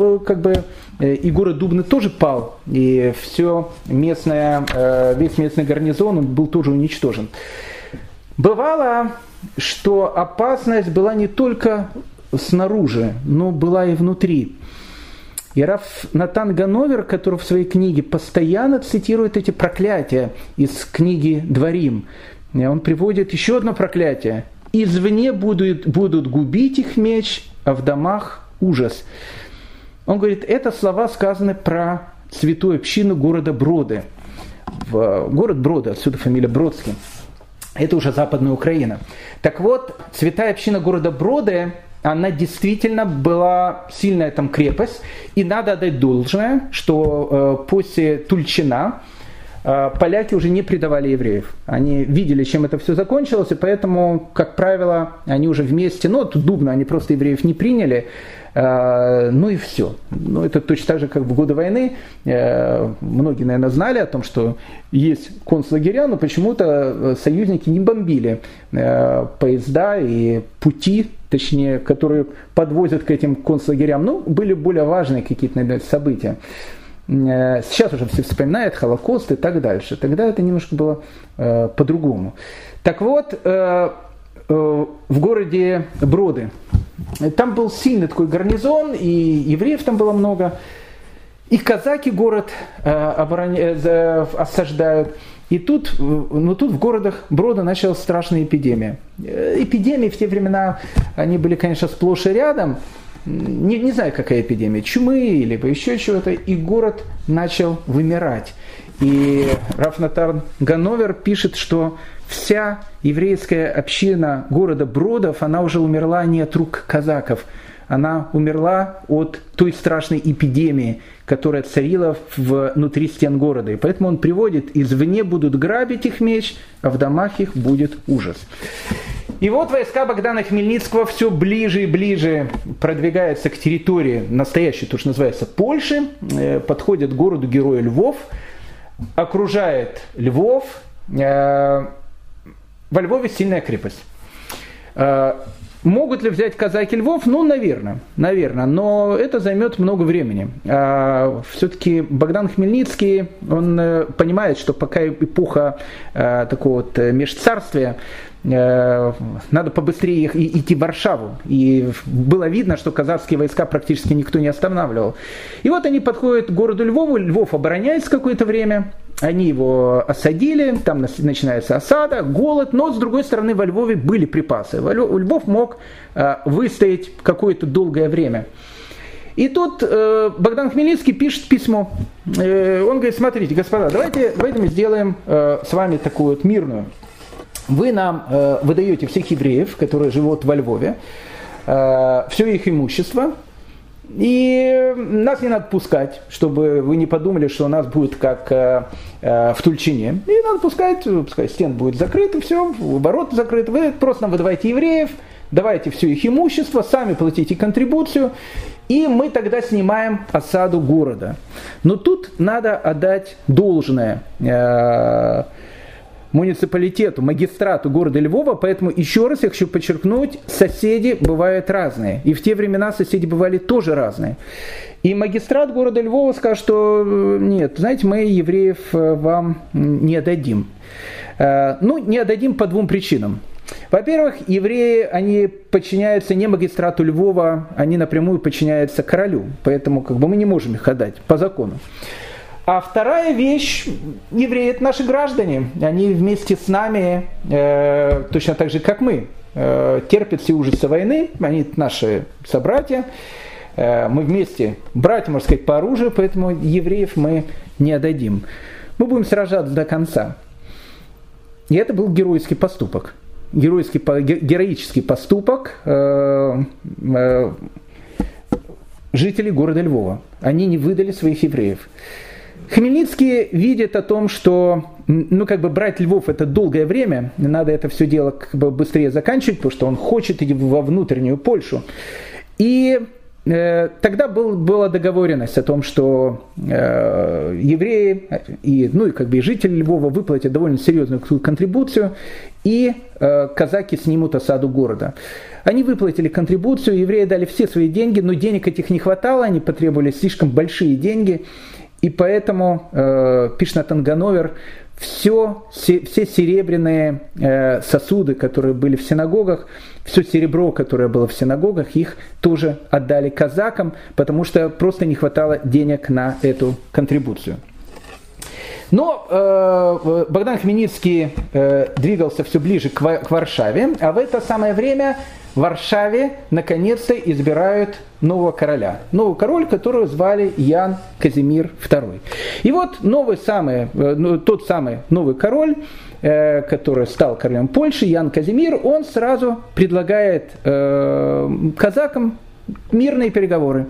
И город Дубны тоже пал, и весь местный гарнизон он был тоже уничтожен. Бывало, что опасность была не только снаружи, но была и внутри. И Рав Натан Гановер, который в своей книге постоянно цитирует эти проклятия из книги «Дворим», он приводит еще одно проклятие. «Извне будут губить их меч, а в домах ужас». Он говорит, это слова сказаны про святую общину города Броды. Город Броды, отсюда фамилия Бродский. Это уже Западная Украина. Так вот, святая община города Броды, она действительно была сильная там крепость. И надо отдать должное, что после Тульчина поляки уже не предавали евреев. Они видели, чем это все закончилось, и поэтому, как правило, они уже вместе, тут Дубна, они просто евреев не приняли, и все. Это точно так же, как в годы войны. Многие, наверное, знали о том, что есть концлагеря, но почему-то союзники не бомбили поезда и пути, точнее, которые подвозят к этим концлагерям. Были более важные какие-то, наверное, события. Сейчас уже все вспоминают Холокост и так дальше. Тогда это немножко было по-другому. Так вот, в городе Броды там был сильный такой гарнизон, и евреев там было много. И казаки город осаждают. И тут в городах Брода началась страшная эпидемия. Эпидемии в те времена, они были, конечно, сплошь и рядом. Не знаю, какая эпидемия, чумы, либо еще чего-то, и город начал вымирать. И Рав Натан Гановер пишет, что вся еврейская община города Бродов, она уже умерла не от рук казаков, она умерла от той страшной эпидемии, которая царила внутри стен города. И поэтому он приводит, извне будут грабить их меч, а в домах их будет ужас. И вот войска Богдана Хмельницкого все ближе и ближе продвигаются к территории настоящей, то, что называется, Польши, подходят к городу-герою Львов, окружает Львов. Во Львове сильная крепость. Могут ли взять казаки Львов? Наверное, но это займет много времени. Все-таки Богдан Хмельницкий, он понимает, что пока эпоха такого вот межцарствия, надо побыстрее идти в Варшаву. И было видно, что казацкие войска практически никто не останавливал. И вот они подходят к городу Львову, Львов обороняется какое-то время, они его осадили, там начинается осада, голод, но с другой стороны во Львове были припасы. Львов мог выстоять какое-то долгое время. И тут Богдан Хмельницкий пишет письмо. Он говорит: смотрите, господа, давайте мы сделаем с вами такую вот мирную. Вы нам выдаете всех евреев, которые живут во Львове, все их имущество, и нас не надо пускать, чтобы вы не подумали, что у нас будет как в Тульчине. И надо пускай стен будет закрыт, и все, ворота закрыты. Вы просто нам выдавайте евреев, давайте все их имущество, сами платите контрибуцию, и мы тогда снимаем осаду города. Но тут надо отдать должное муниципалитету, магистрату города Львова, поэтому еще раз я хочу подчеркнуть, соседи бывают разные. И в те времена соседи бывали тоже разные. И магистрат города Львова сказал, что нет, знаете, мы евреев вам не отдадим. Ну, не отдадим по двум причинам. Во-первых, евреи, они подчиняются не магистрату Львова, они напрямую подчиняются королю, поэтому мы не можем их отдать по закону. А вторая вещь, евреи – это наши граждане, они вместе с нами, точно так же, как мы, терпят все ужасы войны, они наши собратья, мы вместе, братья, можно сказать, по оружию, поэтому евреев мы не отдадим. Мы будем сражаться до конца. И это был геройский поступок. Героический поступок жителей города Львова. Они не выдали своих евреев. Хмельницкий видит о том, что брать Львов это долгое время, надо это все дело быстрее заканчивать, потому что он хочет идти во внутреннюю Польшу. И тогда была договоренность о том, что евреи и жители Львова выплатят довольно серьезную контрибуцию, и казаки снимут осаду города. Они выплатили контрибуцию, евреи дали все свои деньги, но денег этих не хватало, они потребовали слишком большие деньги, и поэтому, пишет Натан Гановер, все серебряные сосуды, которые были в синагогах, все серебро, которое было в синагогах, их тоже отдали казакам, потому что просто не хватало денег на эту контрибуцию. Но Богдан Хмельницкий двигался все ближе к Варшаве, а в это самое время в Варшаве наконец-то избирают нового короля. Новый король, которого звали Ян Казимир II. И вот тот самый новый король, который стал королем Польши, Ян Казимир, он сразу предлагает казакам мирные переговоры.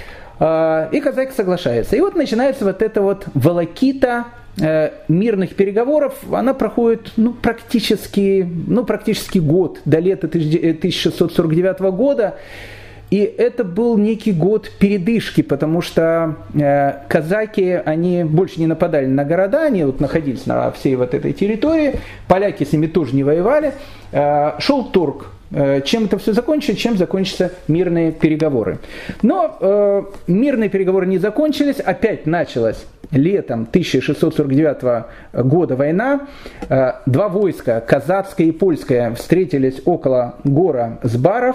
И казаки соглашаются. И вот начинается вот эта вот волокита мирных переговоров. Она проходит практически год, до лета 1649 года. И это был некий год передышки, потому что казаки, они больше не нападали на города, они находились на всей вот этой территории, поляки с ними тоже не воевали. Шел торг. Чем это все закончится? Чем закончатся мирные переговоры? Но мирные переговоры не закончились, опять началась летом 1649 года война. Два войска, казацкое и польское, встретились около гора Збаров.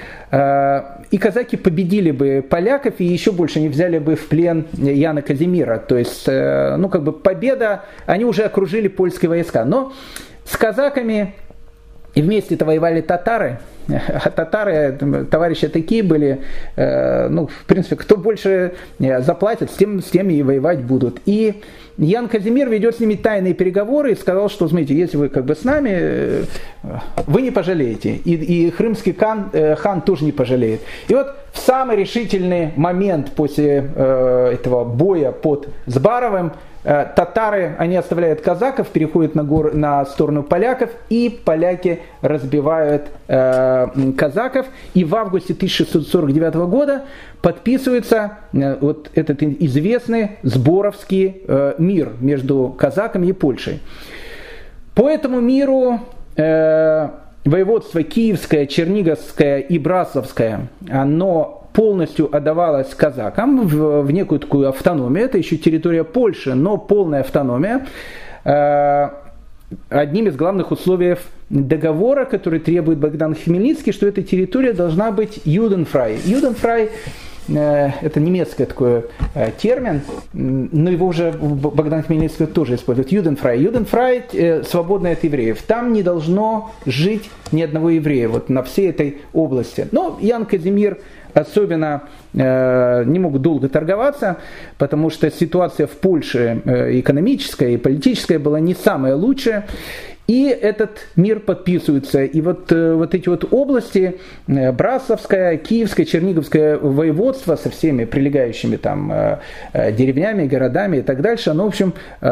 И казаки победили бы поляков и еще больше не взяли бы в плен Яна Казимира. То есть, победа, они уже окружили польские войска. Но с казаками и вместе-то воевали татары. А татары, товарищи такие были, в принципе, кто больше заплатит, с тем и воевать будут. И Ян Казимир ведет с ними тайные переговоры и сказал, что, смотрите, если вы с нами, вы не пожалеете. И крымский хан тоже не пожалеет. И вот в самый решительный момент после этого боя под Збаровым татары, они оставляют казаков, переходят на сторону поляков, и поляки разбивают казаков. И в августе 1649 года подписывается вот этот известный Зборовский мир между казаками и Польшей. По этому миру воеводство Киевское, Черниговское и Браславское, оно полностью отдавалась казакам в некую такую автономию. Это еще территория Польши, но полная автономия. Одним из главных условий договора, который требует Богдан Хмельницкий, что эта территория должна быть юденфрай. Юденфрай это немецкий такой термин, но его уже Богдан Хмельницкий тоже использует. Юденфрай. Юденфрай свободный от евреев. Там не должно жить ни одного еврея вот на всей этой области. Но Ян Казимир особенно не могут долго торговаться, потому что ситуация в Польше экономическая и политическая была не самая лучшая. И этот мир подписывается. И вот эти вот области, Брасовское, Киевское, Черниговское воеводство со всеми прилегающими там деревнями, городами и так дальше, оно, в общем,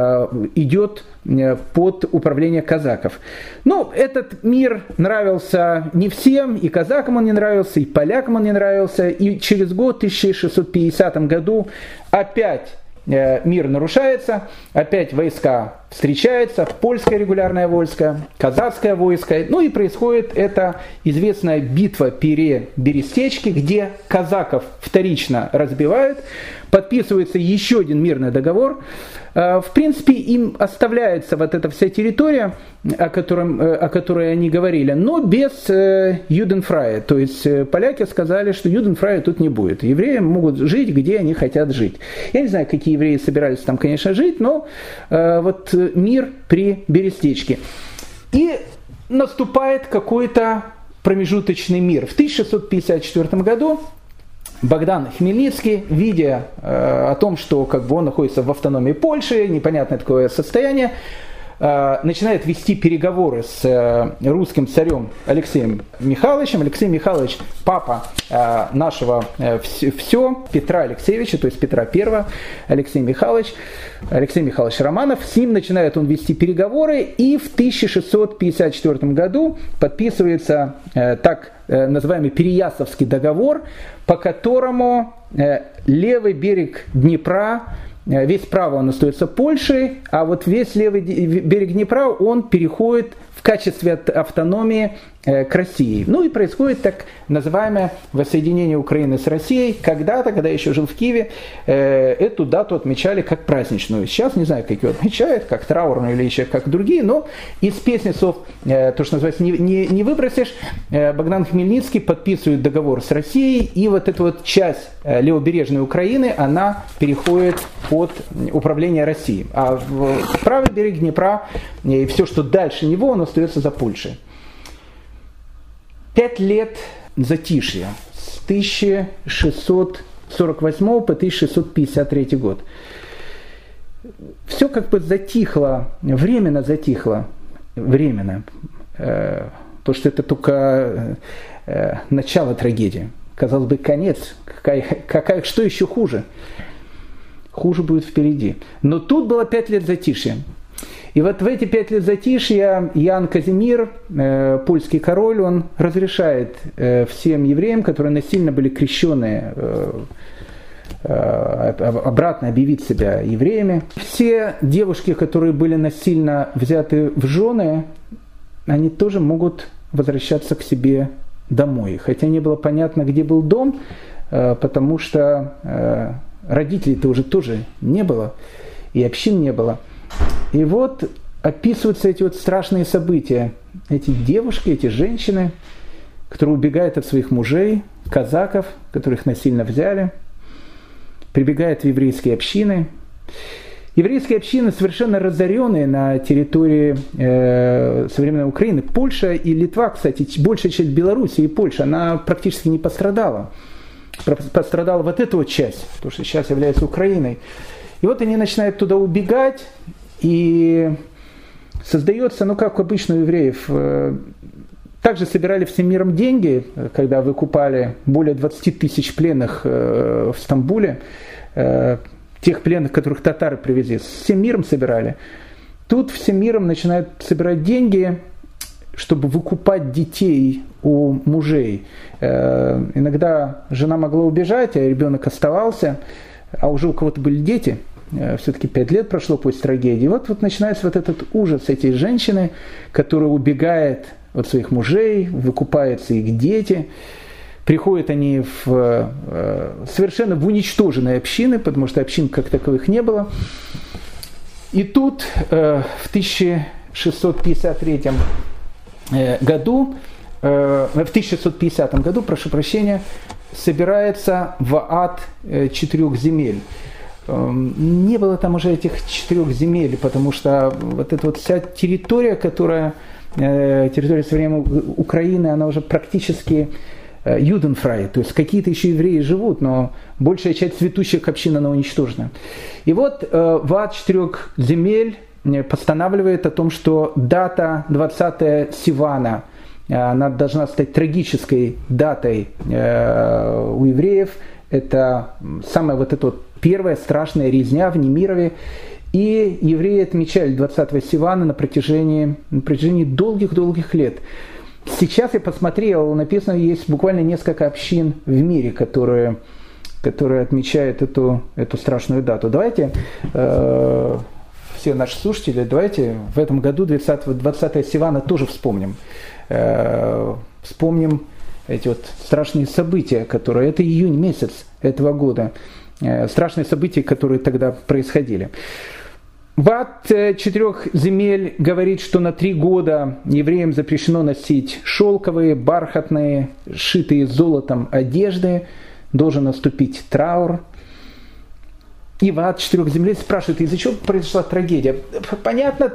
идет под управление казаков. Ну, этот мир нравился не всем, и казакам он не нравился, и полякам он не нравился. И через год, в 1650 году, опять мир нарушается, опять войска встречаются, польское регулярное войско, казацкое войско, ну и происходит эта известная битва при Берестечке, где казаков вторично разбивают, подписывается еще один мирный договор. В принципе, им оставляется вот эта вся территория, о которой они говорили, но без юденфрая. То есть поляки сказали, что юденфрая тут не будет. Евреи могут жить, где они хотят жить. Я не знаю, какие евреи собирались там, конечно, жить, но вот мир при Берестечке. И наступает какой-то промежуточный мир. В 1654 году Богдан Хмельницкий, видя о том, что как бы он находится в автономии Польши, непонятное такое состояние, начинает вести переговоры с русским царем Алексеем Михайловичем. Алексей Михайлович – папа нашего все, Петра Алексеевича, то есть Петра I, Алексей Михайлович Романов. С ним начинает он вести переговоры, и в 1654 году подписывается так называемый Переяславский договор, по которому левый берег Днепра, весь правый он остается Польшей, а вот весь левый берег Днепра он переходит в качестве автономии к России. Ну и происходит так называемое воссоединение Украины с Россией. Когда-то, когда я еще жил в Киеве, эту дату отмечали как праздничную. Сейчас не знаю, как ее отмечают, как траурную или еще как другие, но из песни слов, то, что называется, не выбросишь, Богдан Хмельницкий подписывает договор с Россией, и вот эта вот часть левобережной Украины, она переходит под управление России. А в правый берег Днепра и все, что дальше него, он остается за Польшей. 5 лет затишья с 1648 по 1653 год. Все как бы затихло, временно, потому что это только начало трагедии. Казалось бы, конец, что еще хуже? Хуже будет впереди. Но тут было 5 лет затишья. И вот в эти 5 лет затишья Ян Казимир, польский король, он разрешает всем евреям, которые насильно были крещены, обратно объявить себя евреями. Все девушки, которые были насильно взяты в жены, они тоже могут возвращаться к себе домой. Хотя не было понятно, где был дом, потому что родителей-то уже тоже не было, и общин не было. И вот описываются эти вот страшные события. Эти девушки, эти женщины, которые убегают от своих мужей, казаков, которых насильно взяли, прибегают в еврейские общины. Еврейские общины совершенно разоренные на территории современной Украины. Польша и Литва, кстати, большая часть Беларуси и Польши, она практически не пострадала. Пострадала вот эта вот часть, то, что сейчас является Украиной. И вот они начинают туда убегать, и создается, ну как обычно у евреев, также собирали всем миром деньги, когда выкупали более 20 тысяч пленных в Стамбуле, тех пленных, которых татары привезли, всем миром собирали. Тут всем миром начинают собирать деньги, чтобы выкупать детей у мужей. Иногда жена могла убежать, а ребенок оставался, а уже у кого-то были дети. Все-таки 5 лет прошло после трагедии. Вот начинается вот этот ужас этой женщины, которая убегает от своих мужей, выкупаются их дети. Приходят они совершенно в уничтоженные общины, потому что общин как таковых не было. И тут в 1653 году, в 1650 году, прошу прощения, собирается в ад 4 земель. Не было там уже этих 4 земель, потому что вот эта вот вся территория, территория современной Украины, она уже практически юденфрай, то есть какие-то еще евреи живут, но большая часть цветущих общин, она уничтожена. И вот в ад 4 земель постанавливает о том, что дата 20 Сивана, она должна стать трагической датой у евреев. Это самая вот эта вот первая страшная резня в Немирове. И евреи отмечали 20 Сивана на протяжении долгих-долгих лет. Сейчас я посмотрел, написано, есть буквально несколько общин в мире, которые отмечают эту страшную дату. Давайте, все наши слушатели, давайте в этом году 20 Сивана тоже вспомним. Вспомним эти вот страшные события, это июнь месяц этого года, страшные события, которые тогда происходили. В ад 4 земель говорит, что на 3 года евреям запрещено носить шелковые, бархатные, сшитые золотом одежды, должен наступить траур. И в ад 4 земель спрашивают, из-за чего произошла трагедия. Понятно,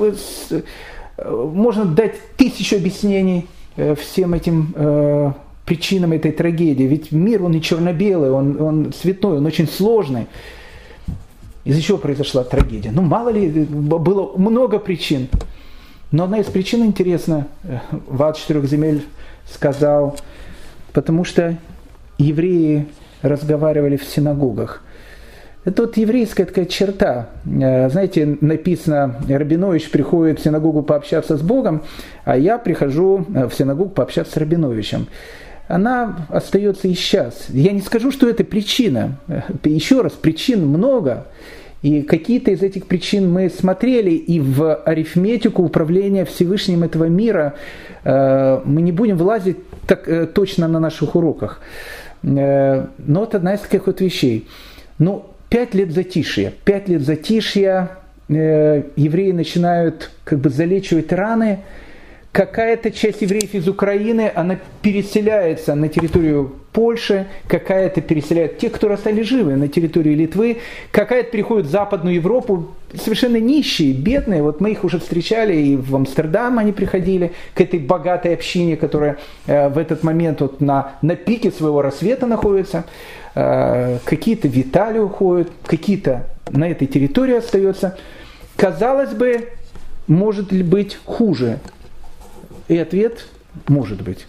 можно дать 1000 объяснений всем этим причинам этой трагедии. Ведь мир, он не черно-белый, он цветной, он очень сложный. Из-за чего произошла трагедия? Мало ли, было много причин. Но одна из причин интересна. В ад 4 земель сказал, потому что евреи разговаривали в синагогах. Это вот еврейская такая черта. Знаете, написано, Рабинович приходит в синагогу пообщаться с Богом, а я прихожу в синагогу пообщаться с Рабиновичем. Она остается и сейчас. Я не скажу, что это причина. Еще раз, причин много. И какие-то из этих причин мы смотрели, и в арифметику управления Всевышним этого мира мы не будем влазить так точно на наших уроках. Но это одна из таких вот вещей. 5 лет затишья. 5 лет затишья, евреи начинают залечивать раны. Какая-то часть евреев из Украины, она переселяется на территорию Польши, какая-то переселяет тех, кто остались живы, на территорию Литвы, какая-то переходит в Западную Европу, совершенно нищие, бедные. Вот мы их уже встречали, и в Амстердам они приходили, к этой богатой общине, которая в этот момент на пике своего рассвета находится. Какие-то в Италию уходят, какие-то на этой территории остаются. Казалось бы, может ли быть хуже? И ответ – может быть.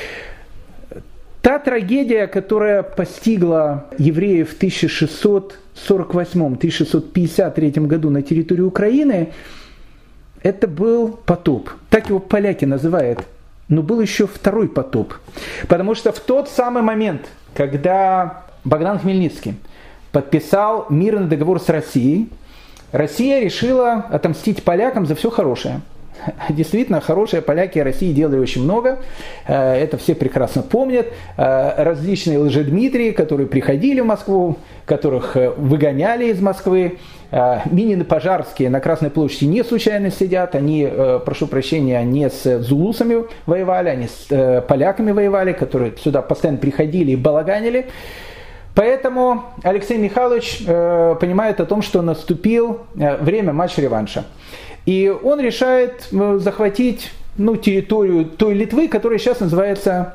Та трагедия, которая постигла евреев в 1648-1653 году на территории Украины, это был потоп. Так его поляки называют. Но был еще второй потоп. Потому что в тот самый момент, когда Богдан Хмельницкий подписал мирный договор с Россией, Россия решила отомстить полякам за все хорошее. Действительно, хорошие поляки России делали очень много, это все прекрасно помнят. Различные лжедмитрии, которые приходили в Москву, которых выгоняли из Москвы. Минин и Пожарские на Красной площади не случайно сидят, они, прошу прощения, не с зулусами воевали, они с поляками воевали, которые сюда постоянно приходили и балаганили. Поэтому Алексей Михайлович понимает о том, что наступил время матч-реванша. И он решает захватить территорию той Литвы, которая сейчас называется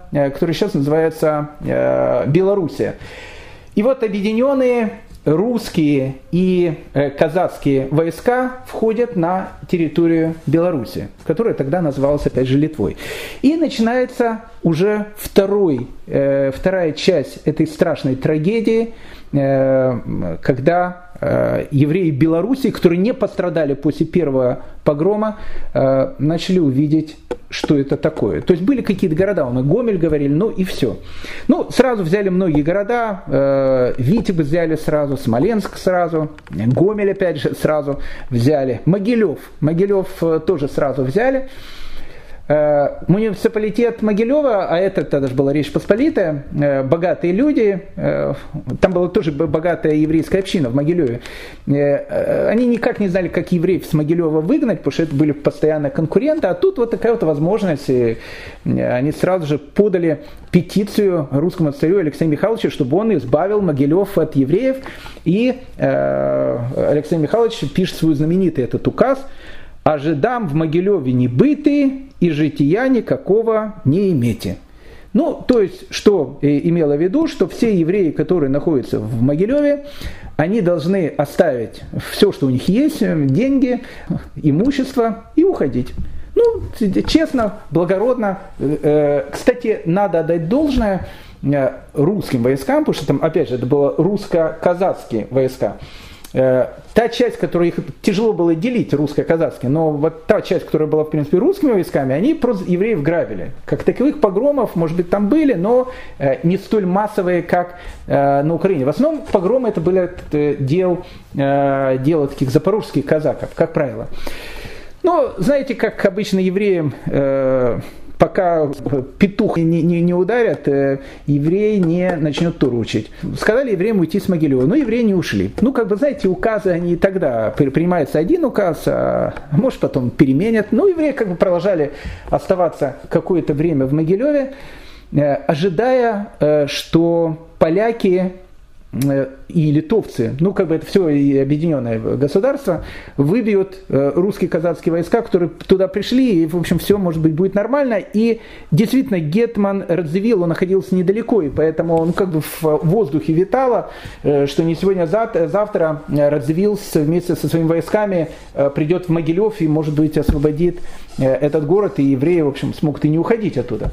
Белоруссия. И вот объединенные русские и казацкие войска входят на территорию Беларуси, которая тогда называлась опять же Литвой. И начинается уже вторая часть этой страшной трагедии, когда евреи Беларуси, которые не пострадали после первого погрома, начали увидеть, что это такое. То есть были какие-то города, Гомель говорили, и все. Сразу взяли многие города, Витебск взяли сразу, Смоленск сразу, Гомель опять же сразу взяли, Могилев тоже сразу взяли. Муниципалитет Могилева, а это тогда же была Речь Посполитая, богатые люди, там была тоже богатая еврейская община в Могилеве, они никак не знали, как евреев с Могилева выгнать, потому что это были постоянные конкуренты, а тут вот такая вот возможность, и они сразу же подали петицию русскому царю Алексею Михайловичу, чтобы он избавил Могилев от евреев, и Алексей Михайлович пишет свой знаменитый этот указ: «А жидам в Могилеве не быты, и жития никакого не имейте». Ну, то есть, что имело в виду, что все евреи, которые находятся в Могилеве, они должны оставить все, что у них есть, деньги, имущество, и уходить. Ну, честно, благородно. Кстати, надо отдать должное русским войскам, потому что там, опять же, это были русско-казацкие войска. Та часть, которую их тяжело было делить, русско-казацкие, но вот та часть, которая была, в принципе, русскими войсками, они просто евреев грабили. Как таковых погромов, может быть, там были, но не столь массовые, как на Украине. В основном погромы это были дело таких запорожских казаков, как правило. Но знаете, как обычно евреям, пока петух не ударят, еврей не начнет Тору учить. Сказали евреям уйти с Могилева, но евреи не ушли. Ну, как бы, знаете, указы, они и тогда принимается один указ, а может потом переменят. Но евреи как бы продолжали оставаться какое-то время в Могилеве, ожидая, что поляки и литовцы, ну как бы это все объединенное государство, выбьют русские казацкие войска, которые туда пришли, и в общем все, может быть, будет нормально. И действительно гетман Радзивилл, он находился недалеко, и поэтому он как бы в воздухе витало, что не сегодня, а завтра Радзивилл вместе со своими войсками придет в Могилев и, может быть, освободит этот город, и евреи, в общем, смогут и не уходить оттуда.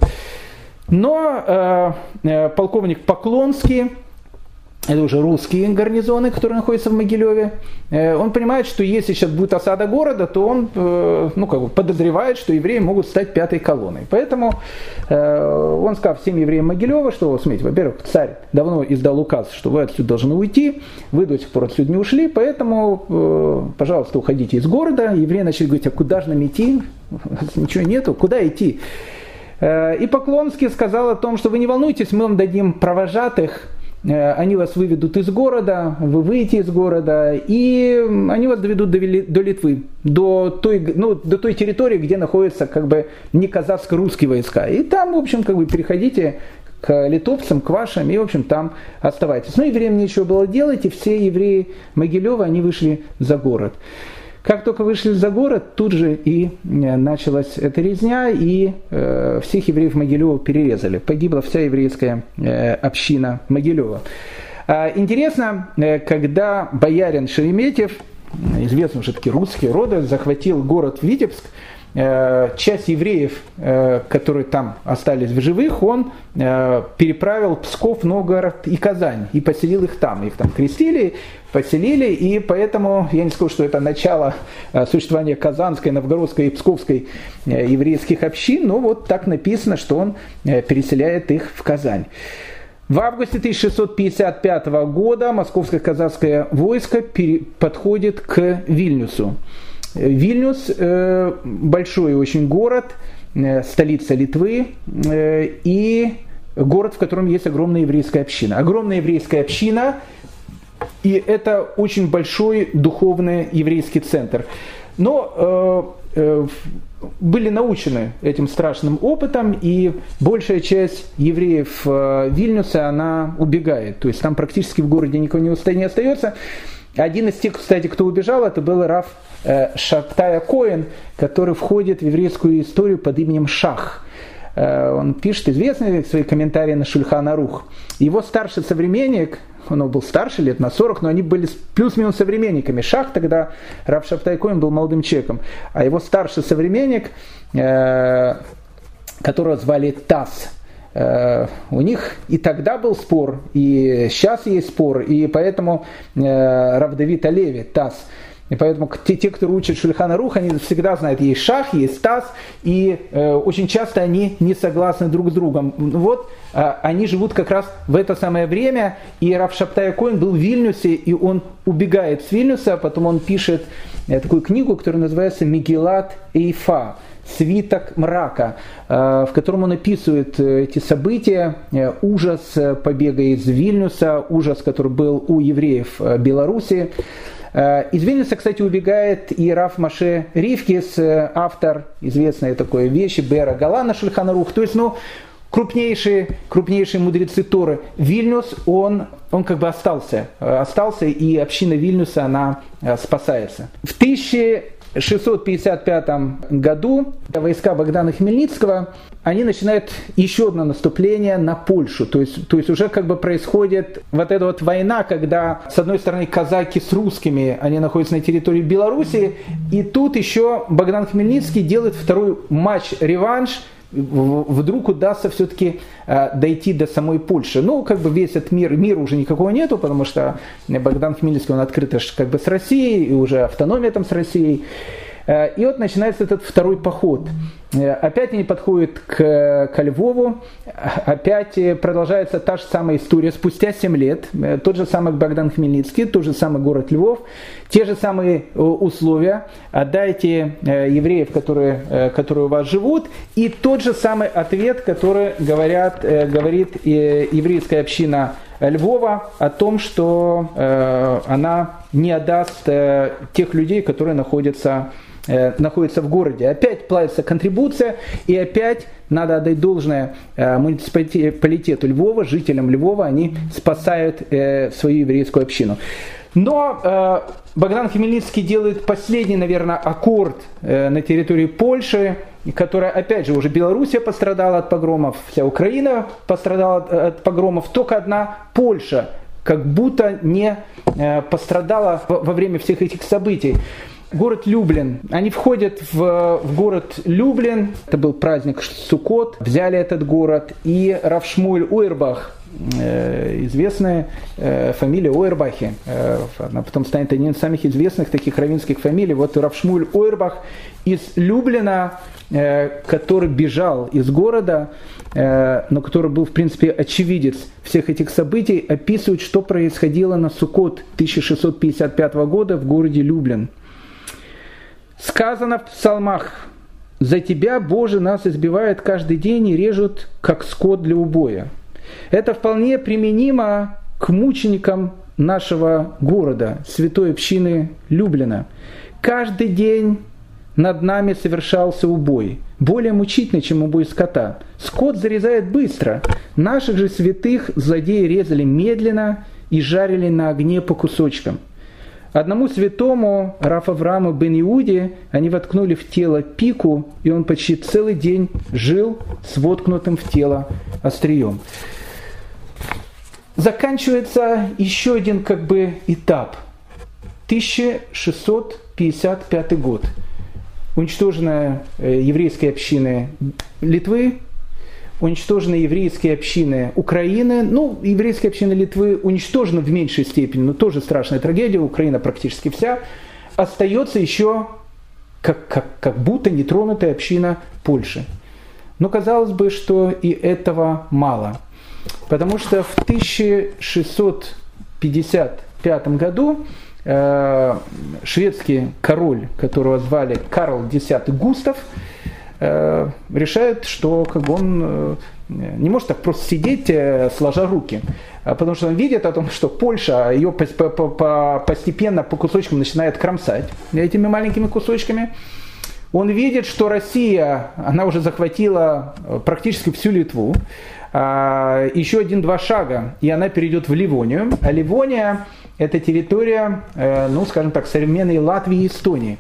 Но полковник Поклонский, это уже русские гарнизоны, которые находятся в Могилеве, он понимает, что если сейчас будет осада города, то он подозревает, что евреи могут стать пятой колонной. Поэтому он сказал всем евреям Могилева, что, смотрите, во-первых, царь давно издал указ, что вы отсюда должны уйти, вы до сих пор отсюда не ушли, поэтому, пожалуйста, уходите из города. Евреи начали говорить: а куда же нам идти? Ничего нету, куда идти? И Поклонский сказал о том, что вы не волнуйтесь, мы вам дадим провожатых, они вас выведут из города, вы выйдете из города, и они вас доведут до Литвы, до той территории, где находятся как бы не казацко-русские войска. И там, в общем, как бы переходите к литовцам, к вашим, и, в общем, там оставайтесь. Но евреям нечего было делать, и все евреи Могилева, они вышли за город. Как только вышли за город, тут же и началась эта резня, и всех евреев Могилева перерезали. Погибла вся еврейская община Могилева. Интересно, когда боярин Шереметьев, известный уже таки русский рода, захватил город Витебск, часть евреев, которые там остались в живых, он переправил Псков, Новгород и Казань и поселил их там. Их там крестили, поселили, и поэтому я не скажу, что это начало существования Казанской, Новгородской и Псковской еврейских общин, но вот так написано, что он переселяет их в Казань. В августе 1655 года московское казацкое войско подходит к Вильнюсу. Вильнюс – большой очень город, столица Литвы, и город, в котором есть огромная еврейская община. Огромная еврейская община, и это очень большой духовный еврейский центр. Но были научены этим страшным опытом, и большая часть евреев Вильнюса, она убегает. То есть там практически в городе никого не остается. Один из тех, кстати, кто убежал, это был Рав Шабтай Коэн, который входит в еврейскую историю под именем Шах. Он пишет известные свои комментарии на Шульхан Арух. Его старший современник, он был старше лет на 40, но они были плюс-минус современниками. Шах тогда, Рав Шабтай Коэн, был молодым человеком. А его старший современник, которого звали Тас, у них и тогда был спор, и сейчас есть спор, и поэтому Рав Давид Алеви, Тас, и поэтому те, кто учат Шульхан Арух, они всегда знают, есть Шах, есть Тас, и очень часто они не согласны друг с другом. Вот они живут как раз в это самое время, и Рав Шабтай Коэн был в Вильнюсе, и он убегает с Вильнюса, потом он пишет такую книгу, которая называется «Мегилат Эйфа», «Свиток мрака», в котором он описывает эти события, ужас побега из Вильнюса, ужас, который был у евреев Белоруссии. Из Вильнюса, кстати, убегает и Рав Моше Ривкис, автор известной такой вещи Бера Галана Шульхан Арух. То есть, крупнейшие мудрецы Торы. Вильнюс, он как бы остался, и община Вильнюса, она спасается. В 1655 году войска Богдана Хмельницкого, они начинают еще одно наступление на Польшу. То есть уже как бы происходит вот эта вот война, когда с одной стороны казаки с русскими, они находятся на территории Белоруссии, и тут еще Богдан Хмельницкий делает второй матч-реванш, вдруг удастся все-таки дойти до самой Польши. Как бы весь этот мира уже никакого нету, потому что Богдан Хмельницкий, он открыт как бы с Россией, и уже автономия там с Россией. И вот начинается этот второй поход. Опять они подходят к Львову, опять продолжается та же самая история. Спустя 7 лет тот же самый Богдан Хмельницкий, тот же самый город Львов, те же самые условия. Отдайте евреев, которые у вас живут, и тот же самый ответ, который говорит еврейская община Львова о том, что она не отдаст тех людей, которые находятся в городе. Опять платится контрибуция, и опять надо отдать должное муниципалитету Львова, жителям Львова, они спасают свою еврейскую общину. Но Богдан Хмельницкий делает последний, наверное, аккорд на территории Польши, которая, опять же, уже Белоруссия пострадала от погромов, вся Украина пострадала от погромов, только одна Польша как будто не пострадала во время всех этих событий. Город Люблин. Они входят в город Люблин. Это был праздник Суккот. Взяли этот город. И Рав Шмуэль Ойербах, известная фамилия Ойербахи. Она потом станет одним из самых известных таких раввинских фамилий. Вот Рав Шмуэль Ойербах из Люблина, который бежал из города, но который был, в принципе, очевидец всех этих событий, описывает, что происходило на Суккот 1655 года в городе Люблин. Сказано в псалмах: «За тебя, Боже, нас избивают каждый день и режут, как скот для убоя». Это вполне применимо к мученикам нашего города, святой общины Люблина. Каждый день над нами совершался убой, более мучительный, чем убой скота. Скот зарезает быстро, наших же святых злодеи резали медленно и жарили на огне по кусочкам. Одному святому, Рав Аврааму бен Иуде, они воткнули в тело пику, и он почти целый день жил с воткнутым в тело острием. Заканчивается еще один как бы этап. 1655 год. Уничтожена еврейская община Литвы, уничтожены еврейские общины Украины. Еврейская община Литвы уничтожена в меньшей степени, но тоже страшная трагедия. Украина практически вся. Остается еще как будто нетронутая община Польши. Но казалось бы, что и этого мало. Потому что в 1655 году шведский король, которого звали Карл X Густав, решает, что он не может так просто сидеть, сложа руки. Потому что он видит о том, что Польша ее постепенно по кусочкам начинает кромсать этими маленькими кусочками. Он видит, что Россия, она уже захватила практически всю Литву. Еще 1-2 шага, и она перейдет в Ливонию. А Ливония – это территория, скажем так, современной Латвии и Эстонии.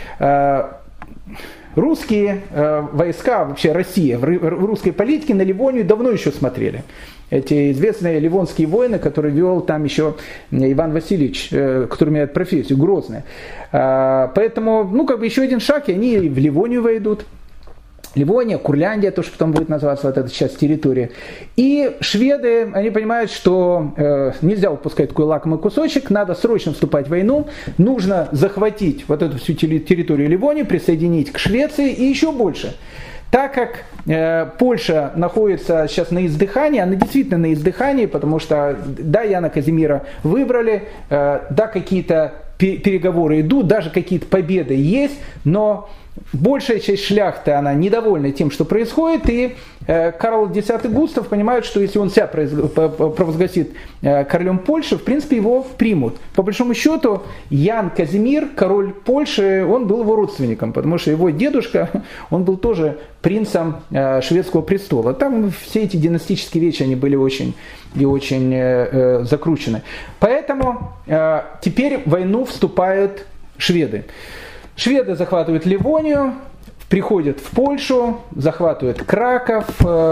Русские войска, вообще Россия, в русской политике на Ливонию давно еще смотрели. Эти известные ливонские войны, которые вел там еще Иван Васильевич, который имеет профессию, Грозный. Поэтому, еще один шаг, и они в Ливонию войдут. Ливония, Курляндия, то, что потом будет называться вот эта часть территории. И шведы, они понимают, что нельзя упускать такой лакомый кусочек, надо срочно вступать в войну, нужно захватить вот эту всю территорию Ливонии, присоединить к Швеции и еще больше. Так как Польша находится сейчас на издыхании, она действительно на издыхании, потому что, да, Яна Казимира выбрали, да, какие-то переговоры идут, даже какие-то победы есть, но большая часть шляхты, она недовольна тем, что происходит, и Карл X Густав понимает, что если он себя провозгласит королем Польши, в принципе, его примут. По большому счету, Ян Казимир, король Польши, он был его родственником, потому что его дедушка, он был тоже принцем шведского престола. Там все эти династические вещи, они были очень и очень закручены. Поэтому теперь в войну вступают шведы. Шведы захватывают Ливонию, приходят в Польшу, захватывают Краков,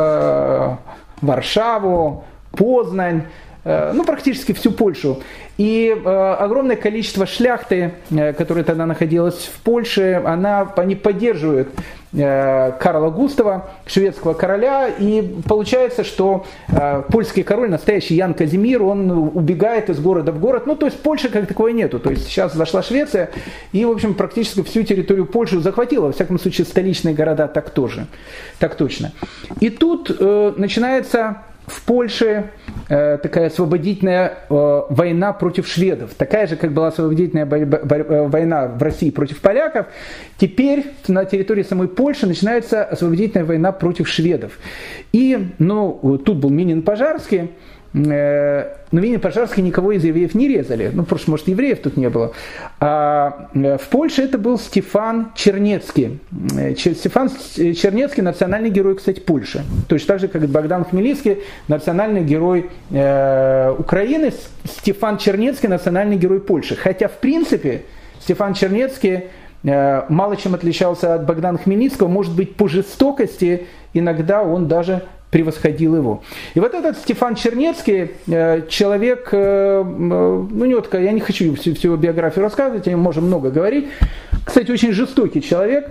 Варшаву, Познань, практически всю Польшу. И огромное количество шляхты, которая тогда находилась в Польше, они поддерживают Карла Густава, шведского короля, и получается, что польский король, настоящий Ян Казимир, он убегает из города в город, то есть Польши как таковой нету, то есть сейчас зашла Швеция, и, в общем, практически всю территорию Польши захватила, во всяком случае, столичные города так точно. И тут начинается в Польше такая освободительная война против шведов. Такая же, как была освободительная война в России против поляков. Теперь на территории самой Польши начинается освободительная война против шведов. И, тут был Минин Пожарский. Но Минин Пожарский никого из евреев не резали. Просто, может, евреев тут не было. А в Польше это был Стефан Чернецкий. Стефан Чернецкий – национальный герой, кстати, Польши. Точно так же, как и Богдан Хмельницкий – национальный герой Украины. Стефан Чернецкий – национальный герой Польши. Хотя, в принципе, Стефан Чернецкий мало чем отличался от Богдана Хмельницкого. Может быть, по жестокости иногда он даже превосходил его. И вот этот Стефан Чернецкий, человек, я не хочу всю его биографию рассказывать, о нем можно много говорить. Кстати, очень жестокий человек.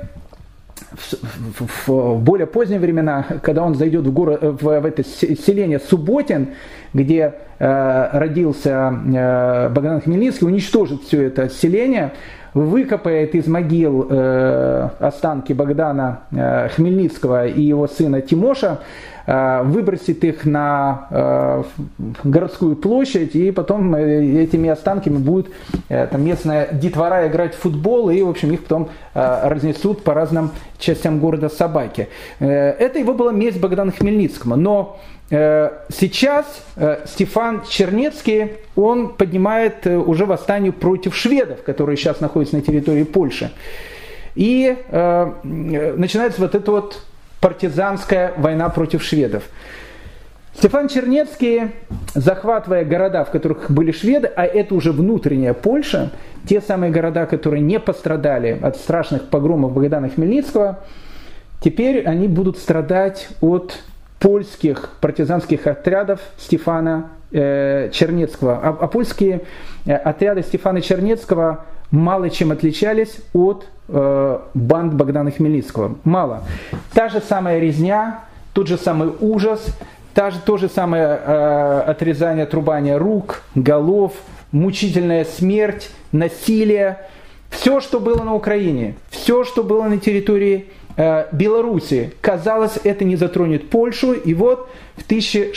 В более поздние времена, когда он зайдет в это селение Субботин, где родился Богдан Хмельницкий, уничтожит все это селение, выкопает из могил останки Богдана Хмельницкого и его сына Тимоша, выбросит их на городскую площадь, и потом этими останками будет местная детвора играть в футбол, и, в общем, их потом разнесут по разным частям города собаки. Это его была месть Богдана Хмельницкого. Но сейчас Стефан Чернецкий, он поднимает уже восстание против шведов, которые сейчас находятся на территории Польши. И начинается вот эта вот партизанская война против шведов. Стефан Чернецкий, захватывая города, в которых были шведы, а это уже внутренняя Польша, те самые города, которые не пострадали от страшных погромов Богдана Хмельницкого, теперь они будут страдать от польских партизанских отрядов Стефана Чернецкого. А польские отряды Стефана Чернецкого мало чем отличались от банд Богдана Хмельницкого. Мало. Та же самая резня, тот же самый ужас, то же самое отрезание, отрубание рук, голов, мучительная смерть, насилие. Все, что было на Украине, все, что было на территории Белоруссии, казалось, это не затронет Польшу. И вот в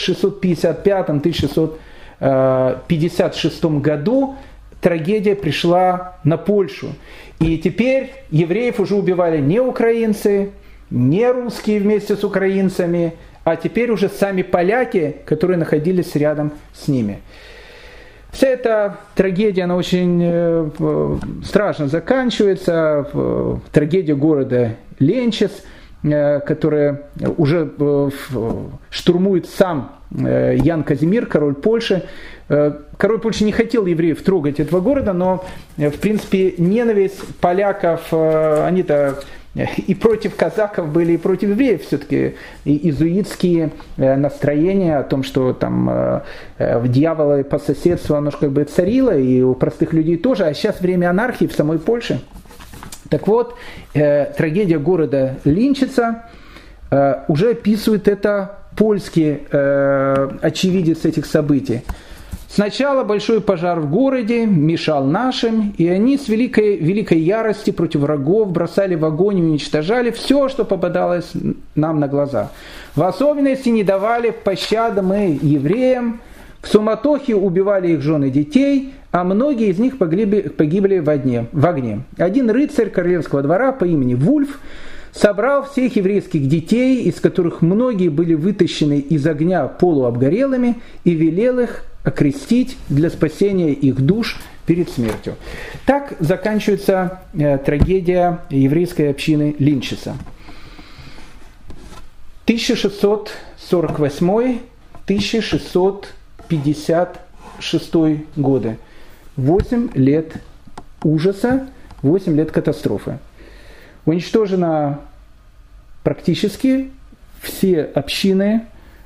1655-1656 году трагедия пришла на Польшу. И теперь евреев уже убивали не украинцы, не русские вместе с украинцами, а теперь уже сами поляки, которые находились рядом с ними. Вся эта трагедия, она очень страшно заканчивается. Трагедия города Ленчес, которая уже штурмует сам Ян Казимир, король Польши. Король Польши не хотел евреев трогать этого города, но, в принципе, ненависть поляков, они-то и против казаков были, и против евреев все-таки. И иезуитские настроения о том, что там дьявола по соседству, оно же как бы царило, и у простых людей тоже, а сейчас время анархии в самой Польше. Так вот, трагедия города Линчица уже описывает это польский очевидец этих событий. Сначала большой пожар в городе мешал нашим, и они с великой ярости против врагов бросали в огонь и уничтожали все, что попадалось нам на глаза. В особенности не давали пощады мы евреям, в суматохе убивали их жен и детей, а многие из них погибли в огне. Один рыцарь королевского двора по имени Вульф собрал всех еврейских детей, из которых многие были вытащены из огня полуобгорелыми, и велел их окрестить для спасения их душ перед смертью. Так заканчивается трагедия еврейской общины Линчеса. 1648-1656 годы. 8 лет ужаса, 8 лет катастрофы. Уничтожено практически все общины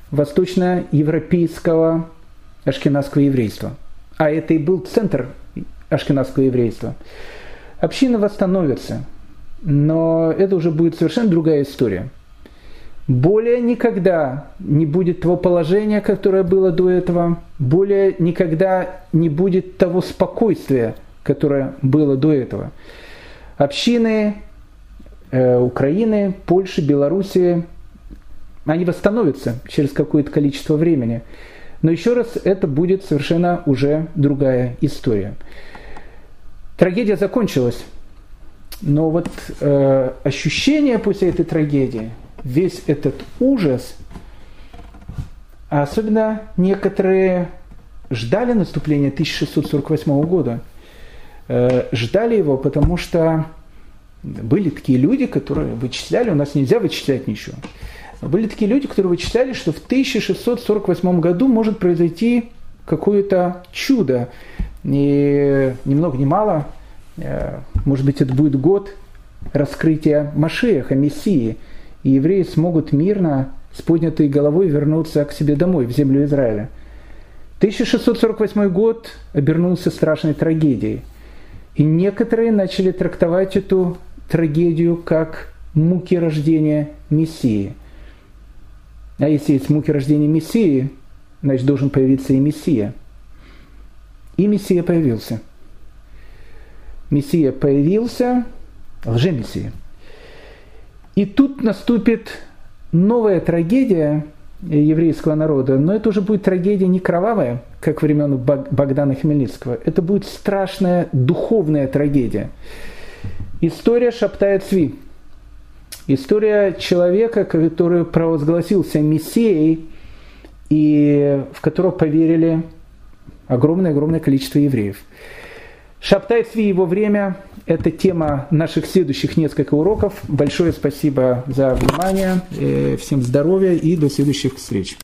восточноевропейского ашкеназского еврейства. А это и был центр ашкеназского еврейства. Общины восстановятся, но это уже будет совершенно другая история. Более никогда не будет того положения, которое было до этого, более никогда не будет того спокойствия, которое было до этого. Общины Украины, Польши, Белоруссии, они восстановятся через какое-то количество времени. Но еще раз, это будет совершенно уже другая история. Трагедия закончилась, но вот ощущение после этой трагедии, весь этот ужас, а особенно некоторые ждали наступления 1648 года, ждали его, потому что были такие люди, которые вычисляли, у нас нельзя вычислять ничего, но были такие люди, которые вычисляли, что в 1648 году может произойти какое-то чудо. И ни много ни мало, может быть, это будет год раскрытия Машиаха, Мессии, и евреи смогут мирно с поднятой головой вернуться к себе домой, в землю Израиля. 1648 год обернулся страшной трагедией. И некоторые начали трактовать эту трагедию как муки рождения Мессии. А если есть муки рождения Мессии, значит, должен появиться и Мессия. И Мессия появился. Мессия появился, лжемессия. И тут наступит новая трагедия еврейского народа, но это уже будет трагедия не кровавая, как времен Богдана Хмельницкого. Это будет страшная духовная трагедия. История Шабтая Цви. История человека, который провозгласился Мессией, и в которого поверили огромное количество евреев. Шабтай Цви и его время – это тема наших следующих нескольких уроков. Большое спасибо за внимание, всем здоровья и до следующих встреч.